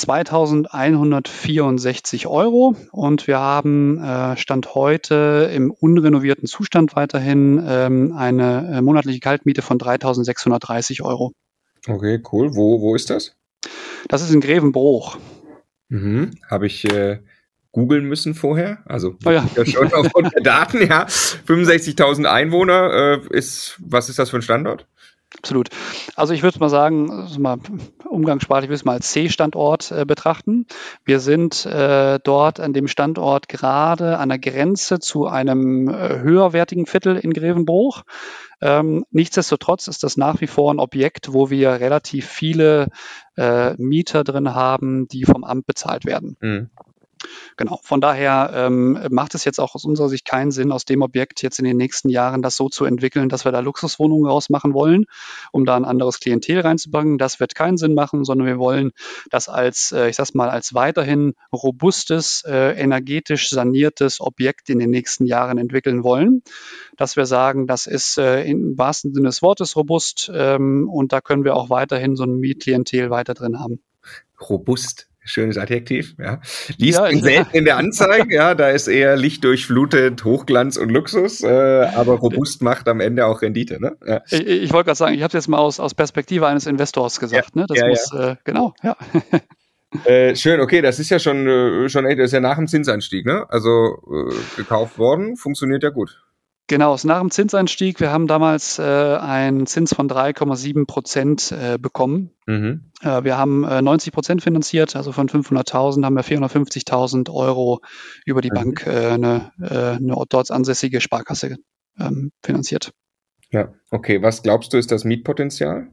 2.164 Euro und wir haben Stand heute im unrenovierten Zustand weiterhin eine monatliche Kaltmiete von 3.630 Euro.
Okay, cool. Wo ist das?
Das ist in Grevenbroich.
Habe ich googeln müssen vorher. Also
ja.
Schon aufgrund der Daten, ja. 65.000 Einwohner. Was ist das für ein Standort?
Absolut. Also ich würde mal sagen, umgangssprachlich würde ich es mal als C-Standort betrachten. Wir sind dort an dem Standort gerade an der Grenze zu einem höherwertigen Viertel in Grevenbroich. Nichtsdestotrotz ist das nach wie vor ein Objekt, wo wir relativ viele Mieter drin haben, die vom Amt bezahlt werden. Genau, von daher macht es jetzt auch aus unserer Sicht keinen Sinn, aus dem Objekt jetzt in den nächsten Jahren das so zu entwickeln, dass wir da Luxuswohnungen rausmachen wollen, um da ein anderes Klientel reinzubringen. Das wird keinen Sinn machen, sondern wir wollen das als, ich sag's mal, als weiterhin robustes, energetisch saniertes Objekt in den nächsten Jahren entwickeln wollen. Dass wir sagen, das ist im wahrsten Sinne des Wortes robust und da können wir auch weiterhin so ein Mietklientel weiter drin haben.
Robust. Schönes Adjektiv, ja. Liest man selten in der Anzeige, ja, da ist eher lichtdurchflutet, Hochglanz und Luxus, aber robust macht am Ende auch Rendite, ne? Ja.
Ich wollte gerade sagen, ich habe es jetzt mal aus Perspektive eines Investors gesagt, ne? Das muss, genau, ja.
Schön, okay, das ist ja schon echt, das ist ja nach dem Zinsanstieg, ne? Also gekauft worden, funktioniert ja gut.
Genau, es ist nach dem Zinseinstieg. Wir haben damals einen Zins von 3,7% bekommen. Wir haben 90% finanziert, also von 500.000 haben wir 450.000 Euro über die Bank eine dort ansässige Sparkasse finanziert.
Ja, okay. Was glaubst du, ist das Mietpotenzial?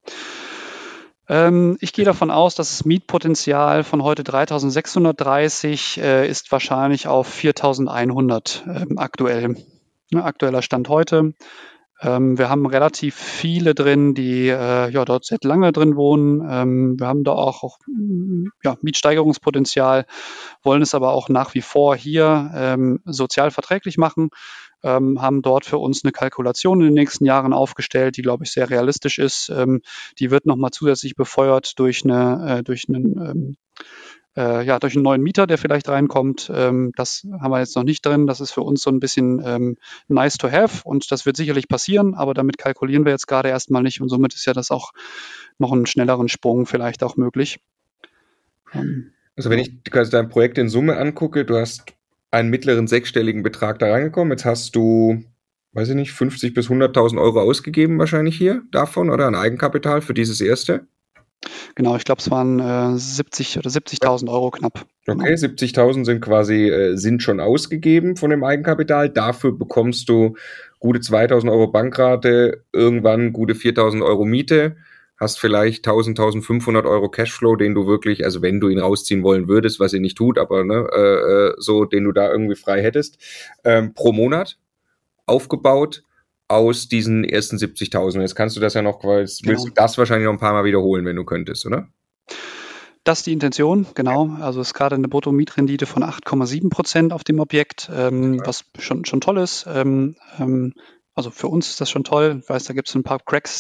Ich gehe davon aus, dass das Mietpotenzial von heute 3.630 ist wahrscheinlich auf 4.100 aktuell. Aktueller Stand heute. Wir haben relativ viele drin, die dort seit lange drin wohnen. Wir haben da auch Mietsteigerungspotenzial, wollen es aber auch nach wie vor hier sozial verträglich machen. Haben dort für uns eine Kalkulation in den nächsten Jahren aufgestellt, die, glaube ich, sehr realistisch ist. Die wird nochmal zusätzlich befeuert durch einen neuen Mieter, der vielleicht reinkommt. Das haben wir jetzt noch nicht drin. Das ist für uns so ein bisschen nice to have und das wird sicherlich passieren, aber damit kalkulieren wir jetzt gerade erstmal nicht und somit ist ja das auch noch einen schnelleren Sprung vielleicht auch möglich.
Also wenn ich dein Projekt in Summe angucke, du hast einen mittleren sechsstelligen Betrag da reingekommen. Jetzt hast du, weiß ich nicht, 50.000 bis 100.000 Euro ausgegeben wahrscheinlich hier davon oder an Eigenkapital für dieses erste?
Genau, ich glaube, es waren 70.000 oder 70.000 Euro knapp.
Okay, 70.000 sind schon ausgegeben von dem Eigenkapital. Dafür bekommst du gute 2.000 Euro Bankrate, irgendwann gute 4.000 Euro Miete, hast vielleicht 1.000, 1.500 Euro Cashflow, den du wirklich, also wenn du ihn rausziehen wollen würdest, was ihr nicht tut, aber den du da irgendwie frei hättest, pro Monat aufgebaut aus diesen ersten 70.000. Jetzt kannst du das ja noch, willst du das wahrscheinlich noch ein paar Mal wiederholen, wenn du könntest, oder?
Das ist die Intention, genau. Also es ist gerade eine Bruttomietrendite von 8,7% auf dem Objekt, was schon toll ist. Also für uns ist das schon toll. Ich weiß, da gibt es ein paar Cracks.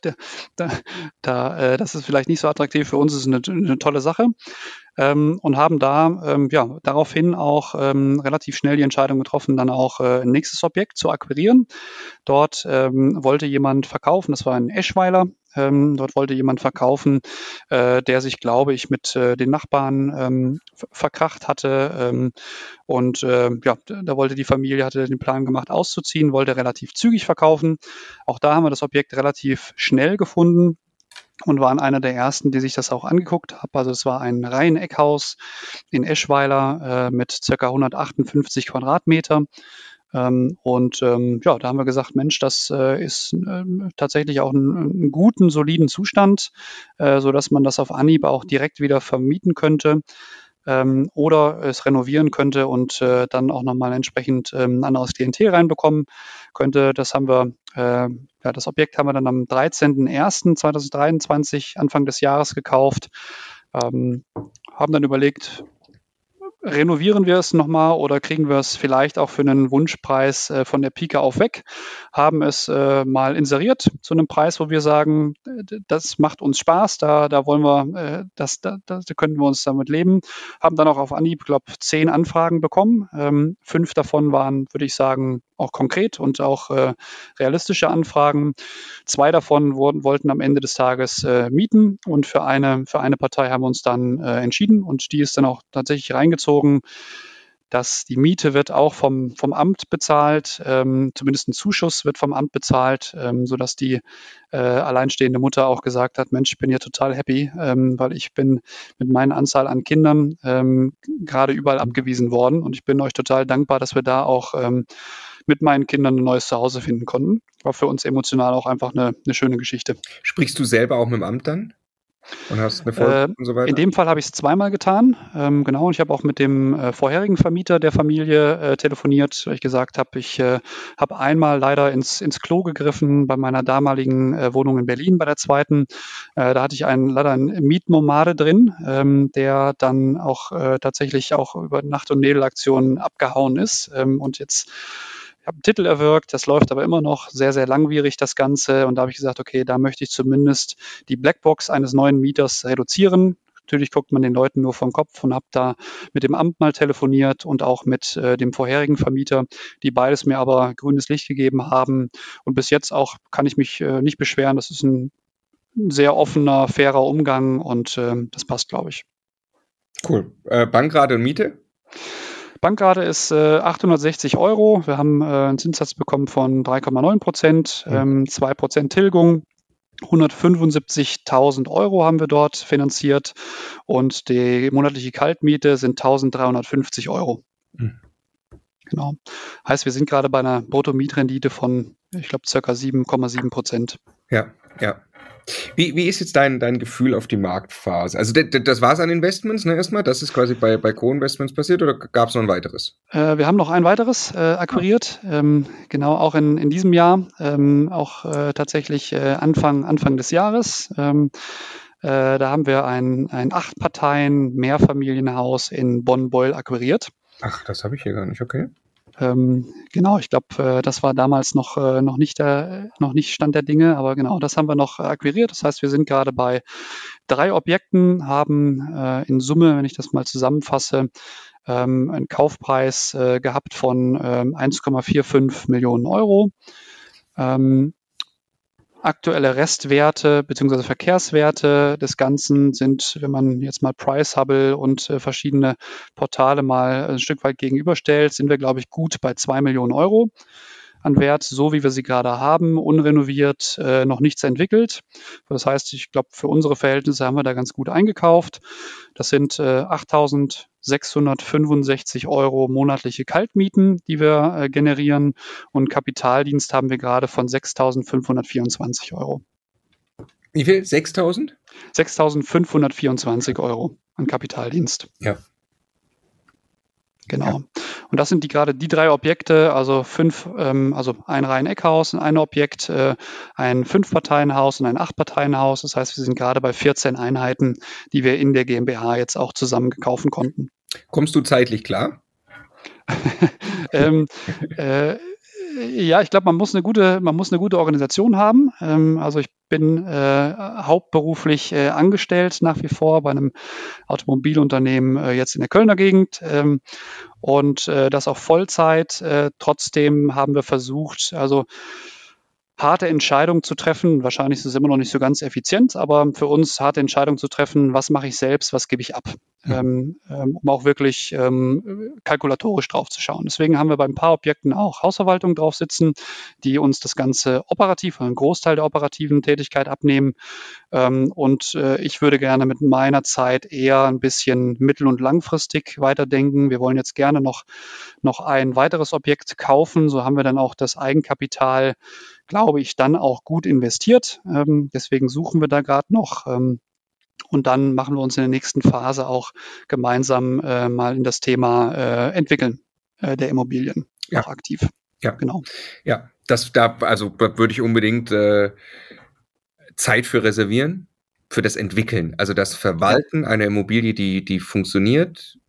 Das ist vielleicht nicht so attraktiv. Für uns ist es eine tolle Sache. Und haben da daraufhin auch relativ schnell die Entscheidung getroffen, dann auch ein nächstes Objekt zu akquirieren. Dort wollte jemand verkaufen, das war in Eschweiler. Dort wollte jemand verkaufen, der sich, glaube ich, mit den Nachbarn verkracht hatte. Da wollte die Familie, hatte den Plan gemacht, auszuziehen, wollte relativ zügig verkaufen. Auch da haben wir das Objekt relativ schnell gefunden und waren einer der ersten, die sich das auch angeguckt haben. Also es war ein Reiheneckhaus in Eschweiler mit ca. 158 Quadratmeter. Da haben wir gesagt, Mensch, das ist tatsächlich auch einen guten, soliden Zustand, sodass man das auf Anhieb auch direkt wieder vermieten könnte oder es renovieren könnte und dann auch nochmal entsprechend ein anderes Klientel reinbekommen könnte. Das haben wir, das Objekt haben wir dann am 13.01.2023, Anfang des Jahres gekauft, haben dann überlegt, renovieren wir es nochmal oder kriegen wir es vielleicht auch für einen Wunschpreis von der Pike auf weg, haben es mal inseriert zu einem Preis, wo wir sagen, das macht uns Spaß, da wollen wir, da können wir uns damit leben, haben dann auch auf Anhieb, glaube 10 Anfragen bekommen. 5 davon waren, würde ich sagen, auch konkret und auch realistische Anfragen. 2 davon wollten am Ende des Tages mieten und für eine Partei haben wir uns dann entschieden und die ist dann auch tatsächlich reingezogen. Dass die Miete wird auch vom Amt bezahlt, zumindest ein Zuschuss wird vom Amt bezahlt, sodass die alleinstehende Mutter auch gesagt hat, Mensch, ich bin hier total happy, weil ich bin mit meiner Anzahl an Kindern gerade überall abgewiesen worden und ich bin euch total dankbar, dass wir da auch mit meinen Kindern ein neues Zuhause finden konnten. War für uns emotional auch einfach eine schöne Geschichte.
Sprichst du selber auch mit dem Amt dann? Und hast eine Folge und so weiter?
In dem Fall habe ich es zweimal getan. Genau, und ich habe auch mit dem vorherigen Vermieter der Familie telefoniert, weil ich gesagt habe, ich habe einmal leider ins Klo gegriffen bei meiner damaligen Wohnung in Berlin, bei der zweiten. Da hatte ich leider einen Mietnomade drin, der dann auch tatsächlich auch über Nacht- und Nebelaktionen abgehauen ist und jetzt habe einen Titel erwirkt, das läuft aber immer noch sehr, sehr langwierig, das Ganze. Und da habe ich gesagt, okay, da möchte ich zumindest die Blackbox eines neuen Mieters reduzieren. Natürlich guckt man den Leuten nur vom Kopf und habe da mit dem Amt mal telefoniert und auch mit dem vorherigen Vermieter, die beides mir aber grünes Licht gegeben haben. Und bis jetzt auch kann ich mich nicht beschweren. Das ist ein sehr offener, fairer Umgang und das passt, glaube ich.
Cool. Bankrate und Miete?
Bankrate ist 860 €. Wir haben einen Zinssatz bekommen von 3,9%, 2% Tilgung. 175.000 € haben wir dort finanziert und die monatliche Kaltmiete sind 1.350 €. Genau. Heißt, wir sind gerade bei einer Bruttomietrendite von, ich glaube, ca. 7,7%.
Ja. Wie ist jetzt dein Gefühl auf die Marktphase? Also das war es an Investments, ne, erstmal? Das ist quasi bei Co-Investments passiert oder gab es noch ein weiteres?
Wir haben noch ein weiteres akquiriert, genau auch in diesem Jahr, auch tatsächlich Anfang des Jahres. Da haben wir ein 8-Parteien-Mehrfamilienhaus in Bonn-Beuel akquiriert.
Ach, das habe ich hier gar nicht, okay.
Genau, ich glaube, das war damals noch nicht Stand der Dinge, aber genau, das haben wir noch akquiriert. Das heißt, wir sind gerade bei 3 Objekten, haben in Summe, wenn ich das mal zusammenfasse, einen Kaufpreis gehabt von 1,45 Millionen €. Aktuelle Restwerte bzw. Verkehrswerte des Ganzen sind, wenn man jetzt mal Price-Hubble und verschiedene Portale mal ein Stück weit gegenüberstellt, sind wir, glaube ich, gut bei 2 Millionen € an Wert, so wie wir sie gerade haben, unrenoviert, noch nichts entwickelt. Das heißt, ich glaube, für unsere Verhältnisse haben wir da ganz gut eingekauft. Das sind 8.665 € monatliche Kaltmieten, die wir generieren und Kapitaldienst haben wir gerade von 6.524 €.
Wie viel? 6.000?
6.524 € an Kapitaldienst.
Ja.
Genau. Ja. Und das sind gerade die 3 Objekte, also also ein Reihen-Eckhaus, ein Objekt, ein 5-Parteien-Haus und ein 8-Parteien-Haus. Das heißt, wir sind gerade bei 14 Einheiten, die wir in der GmbH jetzt auch zusammen kaufen konnten.
Kommst du zeitlich klar?
Ja, ich glaube, man muss eine gute Organisation haben. Also ich bin hauptberuflich angestellt nach wie vor bei einem Automobilunternehmen jetzt in der Kölner Gegend und das auch Vollzeit. Trotzdem haben wir versucht, also harte Entscheidungen zu treffen. Wahrscheinlich ist es immer noch nicht so ganz effizient, aber für uns harte Entscheidungen zu treffen, was mache ich selbst, was gebe ich ab, um auch wirklich kalkulatorisch drauf zu schauen. Deswegen haben wir bei ein paar Objekten auch Hausverwaltung drauf sitzen, die uns das Ganze operativ, einen Großteil der operativen Tätigkeit abnehmen. Und ich würde gerne mit meiner Zeit eher ein bisschen mittel- und langfristig weiterdenken. Wir wollen jetzt gerne noch ein weiteres Objekt kaufen. So haben wir dann auch das Eigenkapital, glaube ich, dann auch gut investiert. Deswegen suchen wir da gerade noch. Und dann machen wir uns in der nächsten Phase auch gemeinsam mal in das Thema Entwickeln der Immobilien auch aktiv.
Ja,
genau.
Ja, also würde ich unbedingt Zeit für reservieren, für das Entwickeln. Also das Verwalten einer Immobilie, die funktioniert,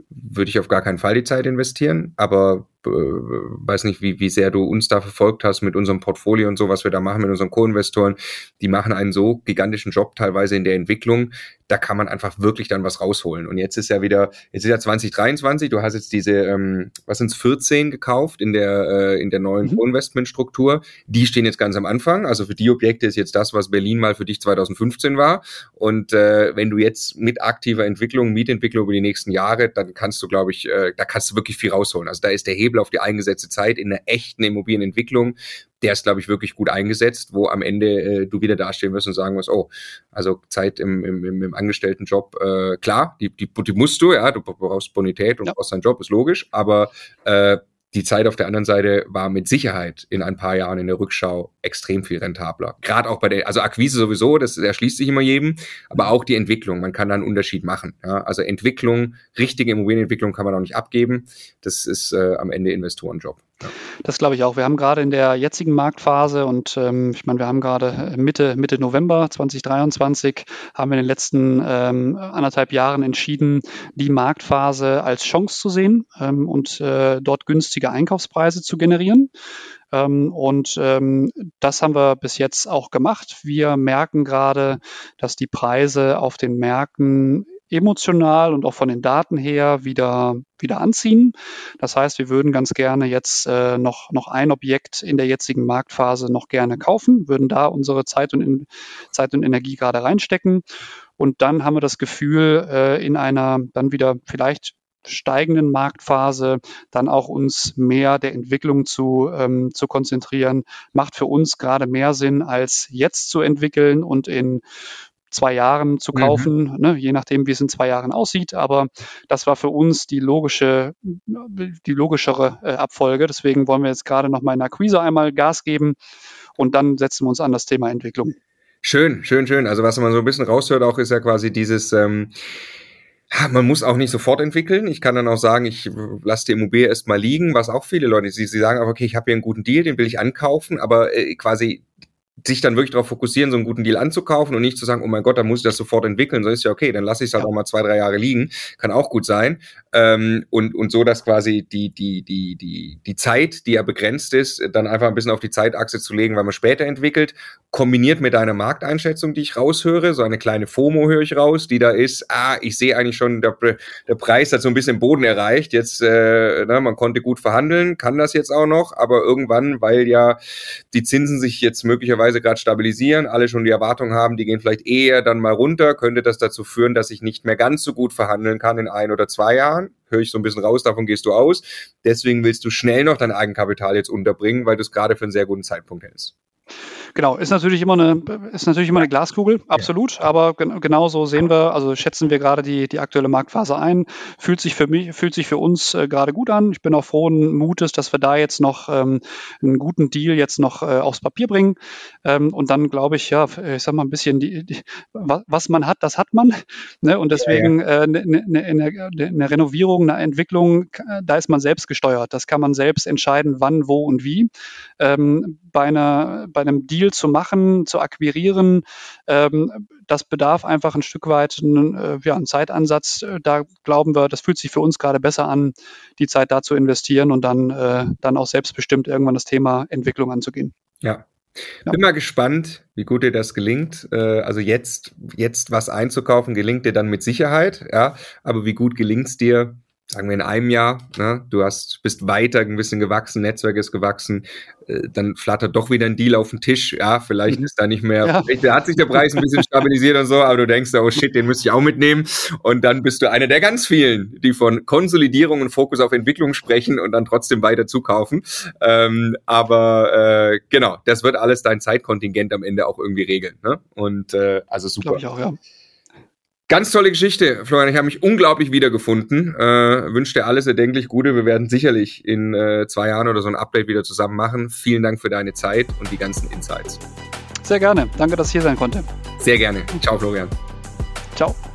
würde ich auf gar keinen Fall die Zeit investieren, aber weiß nicht, wie sehr du uns da verfolgt hast mit unserem Portfolio und so, was wir da machen mit unseren Co-Investoren. Die machen einen so gigantischen Job teilweise in der Entwicklung, da kann man einfach wirklich dann was rausholen. Und jetzt ist ja 2023, du hast jetzt diese, 14 gekauft in der neuen Co-Investment-Struktur. Die stehen jetzt ganz am Anfang. Also für die Objekte ist jetzt das, was Berlin mal für dich 2015 war. Und wenn du jetzt mit aktiver Entwicklung, Mietentwicklung über die nächsten Jahre, dann kannst du, glaube ich, da kannst du wirklich viel rausholen. Also da ist der Hebel auf die eingesetzte Zeit in einer echten Immobilienentwicklung, der ist, glaube ich, wirklich gut eingesetzt, wo am Ende du wieder dastehen wirst und sagen wirst, oh, also Zeit im Angestelltenjob, klar, die musst du, ja, du brauchst Bonität und brauchst deinen Job, ist logisch, aber die Zeit auf der anderen Seite war mit Sicherheit in ein paar Jahren in der Rückschau extrem viel rentabler. Gerade auch also Akquise sowieso, das erschließt sich immer jedem, aber auch die Entwicklung, man kann da einen Unterschied machen. Ja? Also Entwicklung, richtige Immobilienentwicklung kann man auch nicht abgeben. Das ist am Ende Investorenjob. Ja.
Das glaube ich auch. Wir haben gerade in der jetzigen Marktphase und ich meine, wir haben gerade Mitte November 2023, haben wir in den letzten 1,5 Jahren entschieden, die Marktphase als Chance zu sehen und dort günstige Einkaufspreise zu generieren. Das haben wir bis jetzt auch gemacht. Wir merken gerade, dass die Preise auf den Märkten emotional und auch von den Daten her wieder anziehen. Das heißt, wir würden ganz gerne jetzt noch ein Objekt in der jetzigen Marktphase noch gerne kaufen, würden da unsere Zeit und Energie gerade reinstecken. Und dann haben wir das Gefühl, in einer dann wieder vielleicht steigenden Marktphase dann auch uns mehr der Entwicklung zu konzentrieren, macht für uns gerade mehr Sinn, als jetzt zu entwickeln und in 2 Jahren zu kaufen, ne, je nachdem, wie es in 2 Jahren aussieht. Aber das war für uns die logischere Abfolge. Deswegen wollen wir jetzt gerade noch mal in der Akquise einmal Gas geben und dann setzen wir uns an das Thema Entwicklung.
Schön. Also was man so ein bisschen raushört auch, ist ja quasi dieses man muss auch nicht sofort entwickeln. Ich kann dann auch sagen, ich lasse die Immobilie erst mal liegen, was auch viele Leute, sie sagen auch, okay, ich habe hier einen guten Deal, den will ich ankaufen, aber quasi sich dann wirklich darauf fokussieren, so einen guten Deal anzukaufen und nicht zu sagen, oh mein Gott, da muss ich das sofort entwickeln, sonst ist ja okay, dann lasse ich es halt auch mal 2-3 Jahre liegen, kann auch gut sein. Und so, dass quasi die Zeit, die ja begrenzt ist, dann einfach ein bisschen auf die Zeitachse zu legen, weil man später entwickelt, kombiniert mit einer Markteinschätzung, die ich raushöre, so eine kleine FOMO höre ich raus, die da ist, ich sehe eigentlich schon, der Preis hat so ein bisschen Boden erreicht, jetzt, man konnte gut verhandeln, kann das jetzt auch noch, aber irgendwann, weil ja die Zinsen sich jetzt möglicherweise gerade stabilisieren, alle schon die Erwartung haben, die gehen vielleicht eher dann mal runter, könnte das dazu führen, dass ich nicht mehr ganz so gut verhandeln kann in 1 oder 2 Jahren. Höre ich so ein bisschen raus, davon gehst du aus. Deswegen willst du schnell noch dein Eigenkapital jetzt unterbringen, weil du es gerade für einen sehr guten Zeitpunkt hältst.
Genau, ist natürlich immer eine Glaskugel, absolut, ja. Aber genau so sehen wir, also schätzen wir gerade die aktuelle Marktphase ein, fühlt sich für uns gerade gut an. Ich bin auch frohen Mutes, dass wir da jetzt noch einen guten Deal jetzt noch aufs Papier bringen und dann glaube ich, ja, ich sag mal ein bisschen, was man hat, das hat man, ne? Und deswegen eine Renovierung, eine Entwicklung, da ist man selbst gesteuert, das kann man selbst entscheiden, wann, wo und wie. Bei einem Deal zu machen, zu akquirieren, das bedarf einfach ein Stück weit einen Zeitansatz. Da glauben wir, das fühlt sich für uns gerade besser an, die Zeit da zu investieren und dann auch selbstbestimmt irgendwann das Thema Entwicklung anzugehen.
Ja. Bin mal gespannt, wie gut dir das gelingt. Also jetzt was einzukaufen, gelingt dir dann mit Sicherheit, ja. Aber wie gut gelingt es dir? Sagen wir in einem Jahr, ne? Du bist weiter ein bisschen gewachsen, Netzwerk ist gewachsen, dann flattert doch wieder ein Deal auf den Tisch, ja, vielleicht ist da nicht mehr, vielleicht hat sich der Preis ein bisschen stabilisiert und so, aber du denkst, oh shit, den müsste ich auch mitnehmen und dann bist du einer der ganz vielen, die von Konsolidierung und Fokus auf Entwicklung sprechen und dann trotzdem weiter zukaufen, aber genau, das wird alles dein Zeitkontingent am Ende auch irgendwie regeln, ne? Und also super.
Glaube ich auch, ja.
Ganz tolle Geschichte, Florian. Ich habe mich unglaublich wiedergefunden. Wünsche dir alles erdenklich Gute. Wir werden sicherlich in 2 Jahren oder so ein Update wieder zusammen machen. Vielen Dank für deine Zeit und die ganzen Insights.
Sehr gerne. Danke, dass ich hier sein konnte.
Sehr gerne. Ciao, Florian.
Ciao.